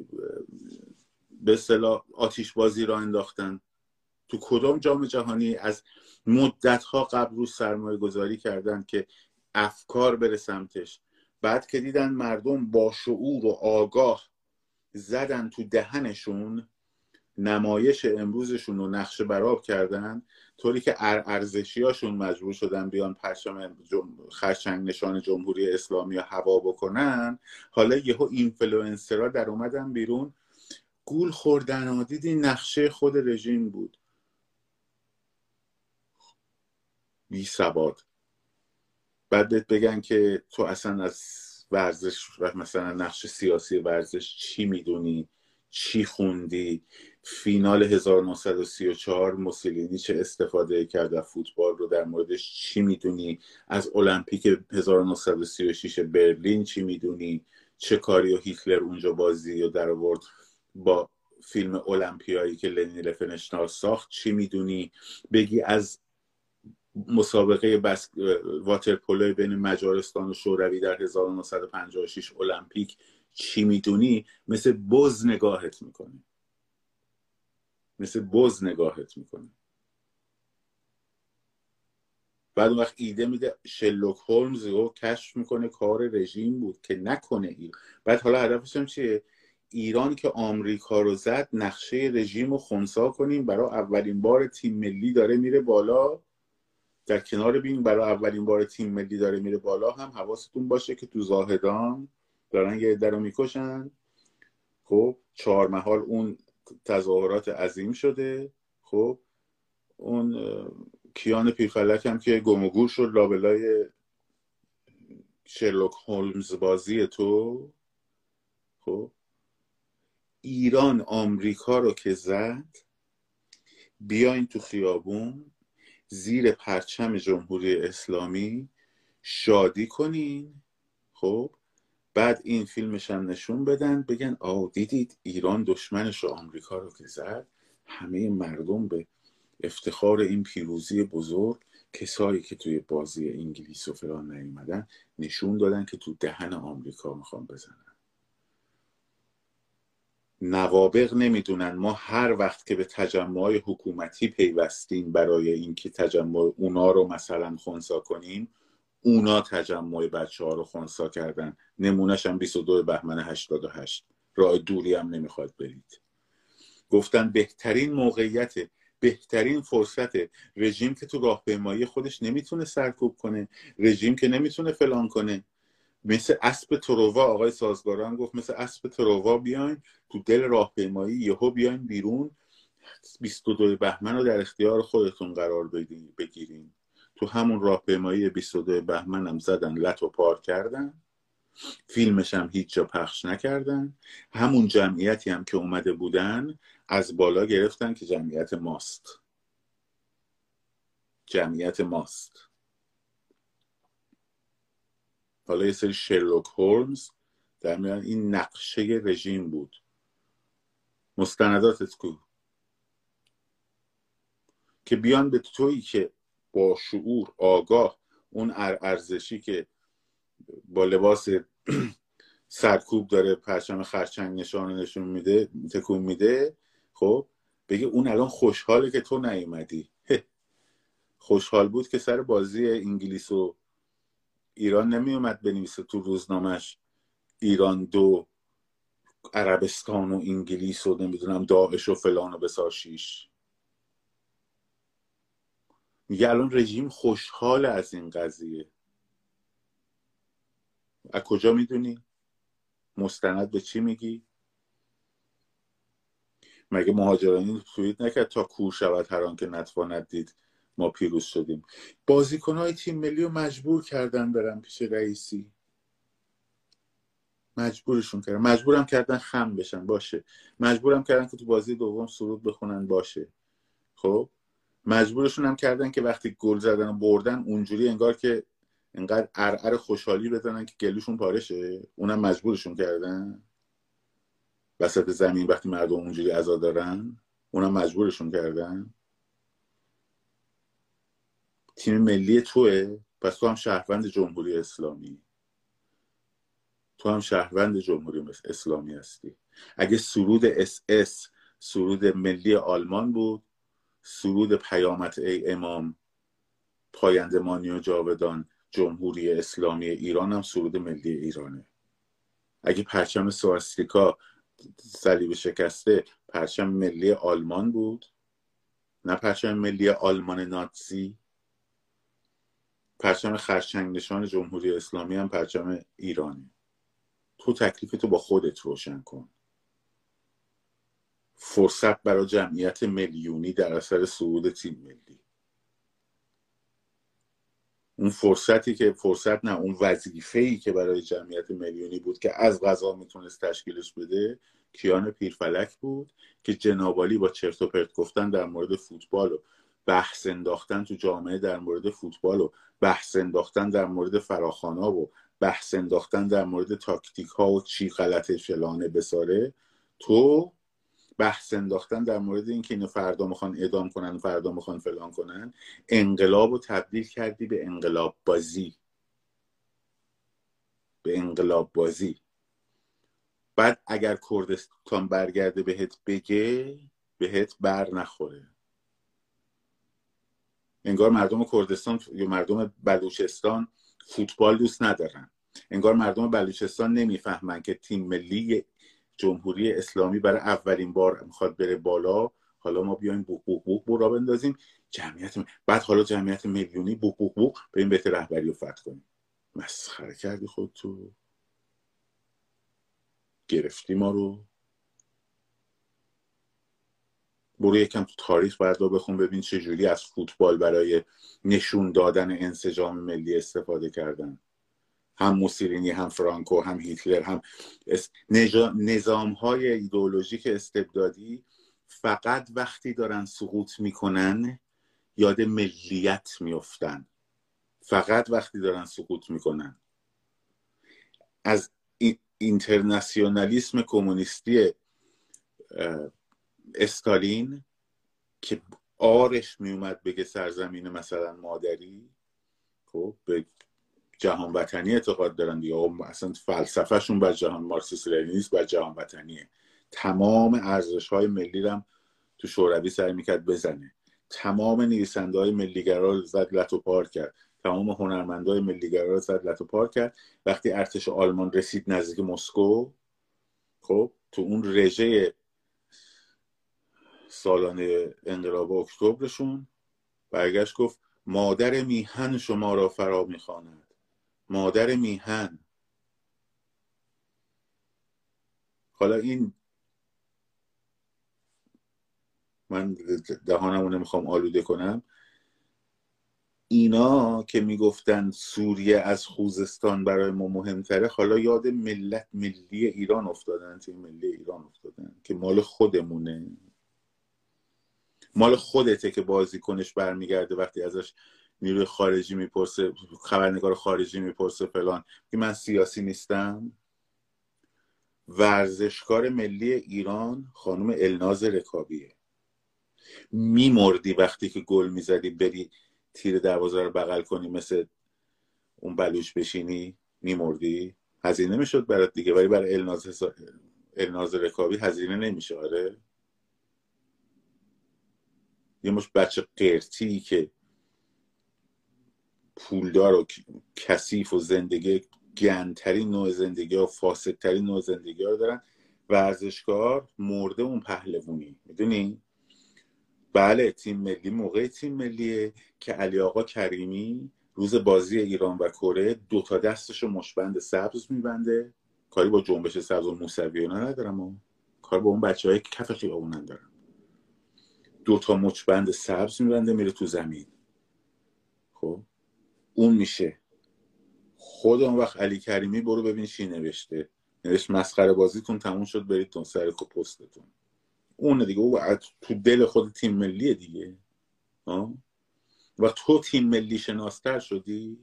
به اصطلاح آتش بازی را انداختن؟ تو کدوم جام جهانی از مدت‌ها قبل رو سرمایه گذاری کردن که افکار بره سمتش؟ بعد که دیدن مردم با شعور و آگاه زدن تو دهنشون، نمایش امروزشون رو نقشه برآب کردن، طوری که ارزشیاشون مجبور شدن بیان پرچم خرچنگ نشان جمهوری اسلامی رو هوا بکنن، حالا یهو اینفلوئنسرها در اومدن بیرون گول خوردن و دیدی نقشه خود رژیم بود. بی سواد. بعد بهت بگن که تو اصلا از ورزش و مثلا نقش سیاسی ورزش چی میدونی، چی خوندی، فینال 1934 موسولینی چه استفاده کرد از فوتبال رو در موردش چی میدونی، از المپیک 1936 برلین چی میدونی، چه کاری و هیتلر اونجا بازی و در آورد با فیلم المپیایی که لنی لفنشتال ساخت چی میدونی، بگی از مسابقه واترپولو بین مجارستان و شوروی در 1956 المپیک چی میدونی، مثل بز نگاهت میکنه، مثل بز نگاهت میکنه. بعد اون وقت ایده میده شرلوک هولمز رو کشف میکنه کار رژیم بود که نکنه این. بعد حالا هدفش هم چیه؟ ایران که آمریکا رو زد نقشه رژیم رو خنثی کنیم، برای اولین بار تیم ملی داره میره بالا. در کنار بین برای اولین بار تیم ملی داره میره بالا هم حواستون باشه که تو زاهدان دارن یه عده رو میکشن. خب 4 محال اون تظاهرات عظیم شده. خب اون کیان پیرفلک هم که گم و گور شد لابلای شرلوک هولمز بازی تو. خب ایران آمریکا رو که زد، بیاین تو خیابون زیر پرچم جمهوری اسلامی شادی کنین. خب بعد این فیلمش هم نشون بدن، بگن دیدید ایران دشمنش رو آمریکا رو که زد. همه مردم به افتخار این پیروزی بزرگ، کسایی که توی بازی انگلیس و فلان نیومدن نشون دادن که تو دهن آمریکا میخوان بزنن. نوابغ نمیدونن ما هر وقت که به تجمعات حکومتی پیوستیم برای اینکه تجمع اونا رو مثلا خنثی کنیم، اونا تجمع بچه ها رو خنثی کردن. نمونهش هم 22 بهمن 88. راه دوری هم نمیخواد برید. گفتن بهترین موقعیت، بهترین فرصت. رژیم که تو راهپیمایی خودش نمیتونه سرکوب کنه، رژیم که نمیتونه فلان کنه، مثل اسب تروا، آقای سازگاران گفت مثل اسب تروا بیاین تو دل راهپیمایی یهو بیاین بیرون، 22 بهمن رو در اختیار خودتون قرار بگیرین. تو همون راهپیمایی 22 بهمن هم زدن لت و پار کردن، فیلمش هم هیچ جا پخش نکردن. همون جمعیتی هم که اومده بودن از بالا گرفتن که جمعیت ماست، جمعیت ماست. حالا یه سری شرلوک هولمز در میان این نقشه رژیم بود. مستنداتت کو که بیان به تویی که با شعور آگاه اون ارزشی که با لباس سرکوب داره پرچم خرچنگ نشون میده تکون میده، خب بگه اون الان خوشحاله که تو نیومدی. خوشحال بود که سر بازی انگلیس و ایران نمیومد بنویسه تو روزنامه‌اش ایران 2 عربستان و انگلیس و نمیدونم داعش و فلان و بسار 6. میگه الان رژیم خوشحال از این قضیه. از کجا میدونی؟ مستند به چی میگی؟ مگه مهاجرانی توییت نکرد تا کور شود هر آن که نتواند دید ما پیروز شدیم؟ بازیکنهای تیم ملی رو مجبور کردن برن پیش رئیسی، مجبورشون کردن، مجبورم کردن خم بشن، باشه. مجبورم کردن که تو بازی دوم سرود بخونن، باشه. خب مجبورشون هم کردن که وقتی گل زدن و بردن اونجوری انگار که انقدر ارعر خوشحالی بزنن که گلوشون پاره شه. اونم مجبورشون کردن وسط زمین وقتی مردم اونجوری عزا دارن، اونم مجبورشون کردن. تیم ملی توه، پس تو هم شهروند جمهوری اسلامی، تو هم شهروند جمهوری اسلامی هستی. اگه سرود SS سرود ملی آلمان بود، سرود پیامت ای امام پایندمانی و جاودان جمهوری اسلامی ایران هم سرود ملی ایرانه. اگه پرچم سواستیکا صلیب شکسته پرچم ملی آلمان بود، نه پرچم ملی آلمان ناتزی. پرچم خرچنگ نشان جمهوری اسلامی هم پرچم ایرانی. تو تکلیفتو با خودت روشن کن. فرصت برای جمعیت میلیونی در اثر صعود تیم ملی، اون فرصتی که اون وظیفه‌ای که برای جمعیت میلیونی بود که از قضا میتونست تشکیلش بده، کیان پیرفلک بود که جنابالی با چرت و پرت گفتن در مورد فوتبال و بحث انداختن تو جامعه در مورد فوتبال و بحث انداختن در مورد فراخوانا و بحث انداختن در مورد تاکتیک ها و چی غلطه فلانه بساره، تو بحث انداختن در مورد اینکه اینو فردا میخوان اعدام کنن، فردا میخوان فلان کنن، انقلاب رو تبدیل کردی به انقلاب بازی. به انقلاب بازی. بعد اگر کردستان برگرده بهت بگه، بهت بر نخوره. انگار مردم کردستان یا مردم بلوچستان فوتبال دوست ندارن. انگار مردم بلوچستان نمیفهمن که تیم ملی جمهوری اسلامی برای اولین بار میخواد بره بالا. حالا ما بیایم بوق بوق بوق برا بندازیم بعد حالا جمعیت میلیونی بوق بوق بوق بریم بهت رهبری رو فتح کنیم. مسخره کردی خودتو، گرفتی ما رو. برو یکم تو تاریخ بردار بخون ببین چه جوری از فوتبال برای نشون دادن انسجام ملی استفاده کردن. هم موسولینی، هم فرانکو، هم هیتلر، هم نظام‌های ایدئولوژیک استبدادی فقط وقتی دارن سقوط میکنن یاد ملیت میفتن. فقط وقتی دارن سقوط میکنن. از اینترناسیونالیسم کمونیستی استالین که آرش میومد بگه سرزمین مثلا مادری، خب به جهان وطنی اعتقاد دارن دیگه. اصلا فلسفهشون بر جهان مارکسیسم لنینیسم بر جهان وطنیه. تمام ارزش‌های ملی رو تو شوروی سعی میکرد بزنه. تمام نویسنده‌های ملیگرا رو زد لت و پار کرد. تمام هنرمندای ملیگرا رو زد لت و پار کرد. وقتی ارتش آلمان رسید نزدیک مسکو، خب تو اون رژه سالانه انقلاب اکتبرشون برگشت گفت مادر میهن شما را فرا میخواند. مادر میهن. حالا این من دهانمو نمیخوام آلوده کنم، اینا که میگفتن سوریه از خوزستان برای ما مهمتره، حالا یاد ملت ملی ایران افتادن. تیم ملی ایران افتادن که مال خودمونه، مال خودته که بازیکنش برمیگرده وقتی ازش نیروی خارجی میپرسه، خبرنگار خارجی میپرسه فلان، که من سیاسی نیستم. ورزشکار ملی ایران خانم الناز رکابیه. میمردی وقتی که گل میزدی بری تیر دروازه رو بغل کنی مثل اون بلوش بشینی، میمردی. هزینه میشد برات دیگه، ولی برای الناز رکابی هزینه نمیشه. آره یه مش بچه قرتی که پولدار و کثیف و زندگی گندترین نوع زندگی و فاسدترین نوع زندگی رو دارن، ورزشکار مرده اون پهلوونی. میدونی؟ بله تیم ملی موقع تیم ملیه که علی آقا کریمی روز بازی ایران و کره 2 تا دستشو مشبند سبز میبنده. کاری با جنبش سبز و موسوی اینا ندارم، کار با اون بچه‌های کف خیابونن دارم. 2 تا مچبند سبز میبنده میره تو زمین. خب اون میشه. خود اون وقت علی کریمی برو ببین چی نوشته. نوشت مسخره بازیتون تموم شد، برید تون سر پستتون. اون دیگه او تو دل خود تیم ملیه دیگه. و تو تیم ملی شناستر شدی،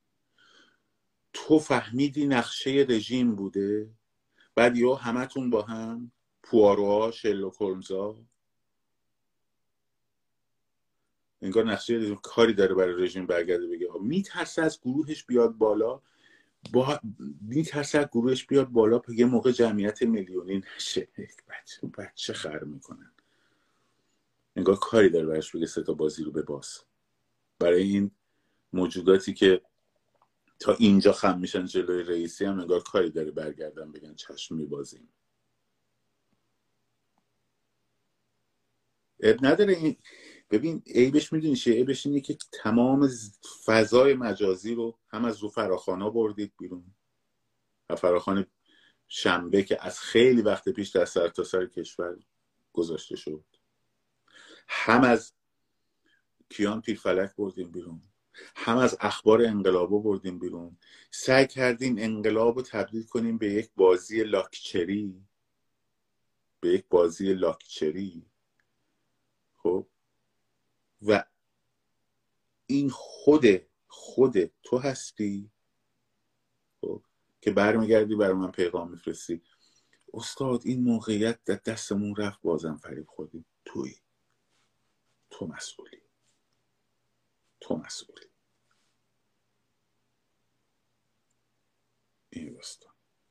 تو فهمیدی نقشه رژیم بوده، بعد یا همتون با هم پواروها شرلوک هولمزا انگار نقشه رژیم کاری داره برای رژیم برگرده بگه میترسه از گروهش بیاد بالا، میترسه از گروهش بیاد بالا یه موقع جمعیت میلیونی نشه. بچه خر میکنن. انگار کاری داره برش بگه 3 تا بازی رو بباز. برای این موجوداتی که تا اینجا خم میشن جلوی رئیسی هم انگار کاری داره برگردن بگن چشم میبازیم. اب نداره. ببین عیبش میدونی چیه؟ عیبش اینه که تمام فضای مجازی رو هم از رو فراخوانا بردید بیرون، و فراخوان شنبه که از خیلی وقت پیش در سرتاسر کشور گذاشته شد، هم از کیان پیرفلک بردیم بیرون، هم از اخبار انقلابو بردیم بیرون. سعی کردیم انقلاب رو تبدیل کنیم به یک بازی لاکچری، به یک بازی لاکچری. خب و این خود تو هستی، خب که برمیگردی برای من پیغام میفرستی استاد این موقعیت در دستمون رفت بازم فریب خوردیم. تو مسئولی. این بستان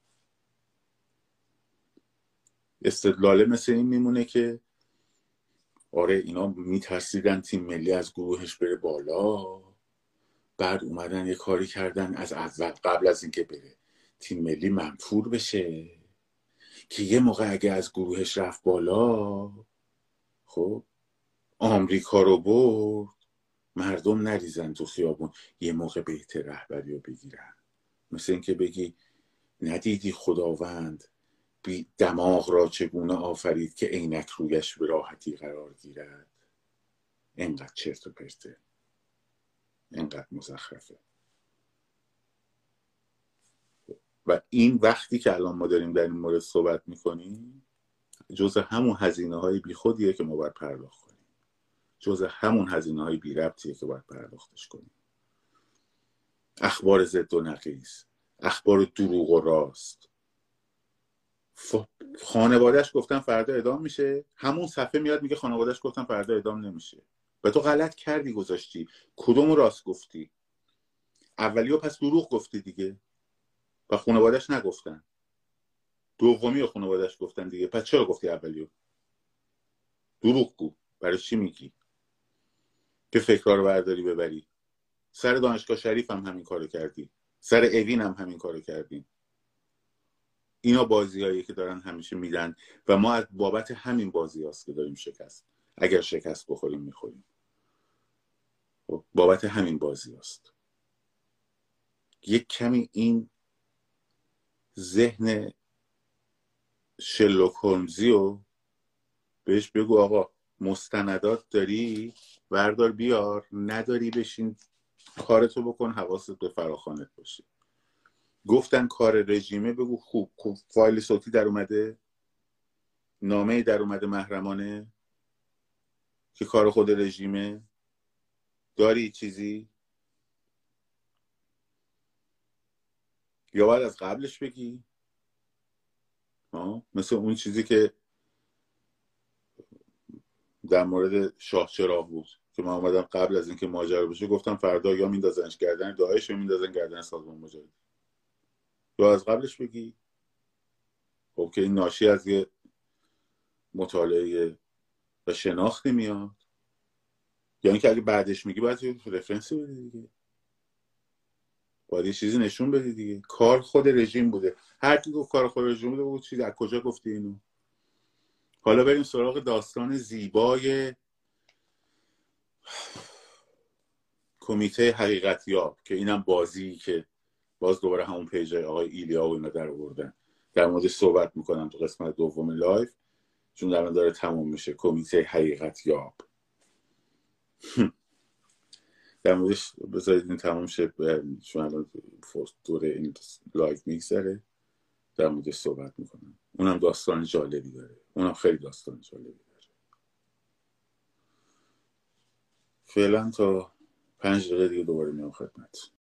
استدلاله مثل این میمونه که آره اینا میترسیدن تیم ملی از گروهش بره بالا، بعد اومدن یه کاری کردن از اول قبل از اینکه بره تیم ملی منفور بشه که یه موقع اگه از گروهش رفت بالا، خب آمریکا رو برد، مردم نریزن تو خیابون، یه موقع بهتر رهبری رو بگیرن. مثل اینکه بگی ندیدی خداوند بی دماغ را چگونه آفرید که عینک رویش به راحتی قرار گیرد. اینقدر چرت و پرته، اینقدر مزخرفه. و این وقتی که الان ما داریم در این مورد صحبت میکنیم جزء همون هزینه های بی خودیه که ما باید پرداخت کنیم، جزء همون هزینه های بی ربطیه که باید پرداختش کنیم. اخبار ضد و نقیض، اخبار دروغ و راست. خانوادهش گفتن فردا اعدام میشه، همون صفحه میاد میگه خانوادهش گفتن فردا اعدام نمیشه. و تو غلط کردی گذاشتی، کدوم راست گفتی؟ اولیو پس دروغ گفتی دیگه و خانوادهش نگفتن، دومی و خانوادهش گفتن دیگه، پس چرا گفتی اولیو؟ دروغ گو. برای چی میگی که فکرها رو برداری ببری؟ سر دانشگاه شریف هم همین کارو کردی، سر اوین هم همین کارو کردیم. اینا بازیایی که دارن همیشه میدن و ما از بابت همین بازی هاست که داریم اگر شکست بخوریم میخوریم، بابت همین بازی هاست. یک کمی این ذهن شرلوک هولمزی رو بهش بگو آقا مستندات داری بردار بیار، نداری بشین کارتو بکن، حواست به فراخوانت باشه. گفتن کار رژیمه، بگو خوب فایل صوتی در اومده، نامه در اومده محرمانه که کار خود رژیمه، داری چیزی؟ یا باید از قبلش بگی؟ مثل اون چیزی که در مورد شاه چراغ بود که من اومدم قبل از اینکه ماجرا بشه گفتم فردا یا میندازنش گردن داعش یا میندازن گردن سازمان مجاهدین. یا از قبلش بگی؟ خب که این ناشی از یه مطالعه و شناختی میاد، یا اینکه اگه بعدش میگی باید یه رفرنسی بدی دیگه، باید یه چیزی نشون بدی دیگه. کار خود رژیم بوده، هر کی گفت کار خود رژیم بوده بود چیزی از کجا گفتی اینو؟ حالا بریم سراغ داستان زیبای کمیته حقیقتیاب که اینم بازی که باز دوباره همون پیج آقای ایلیا و اینا در آوردن، در موردش صحبت میکنم تو قسمت دوم لایف، چون در داره تموم میشه. کمیته حقیقتیاب در موردش بذارید این تموم شه، چون الان دوره این لایف میگذره، در موردش صحبت میکنم. اونم داستان جالبی داره، اونم خیلی داستان جالبی داره. فعلا تا 5 دقیقه دیگه دوباره میام خدمت.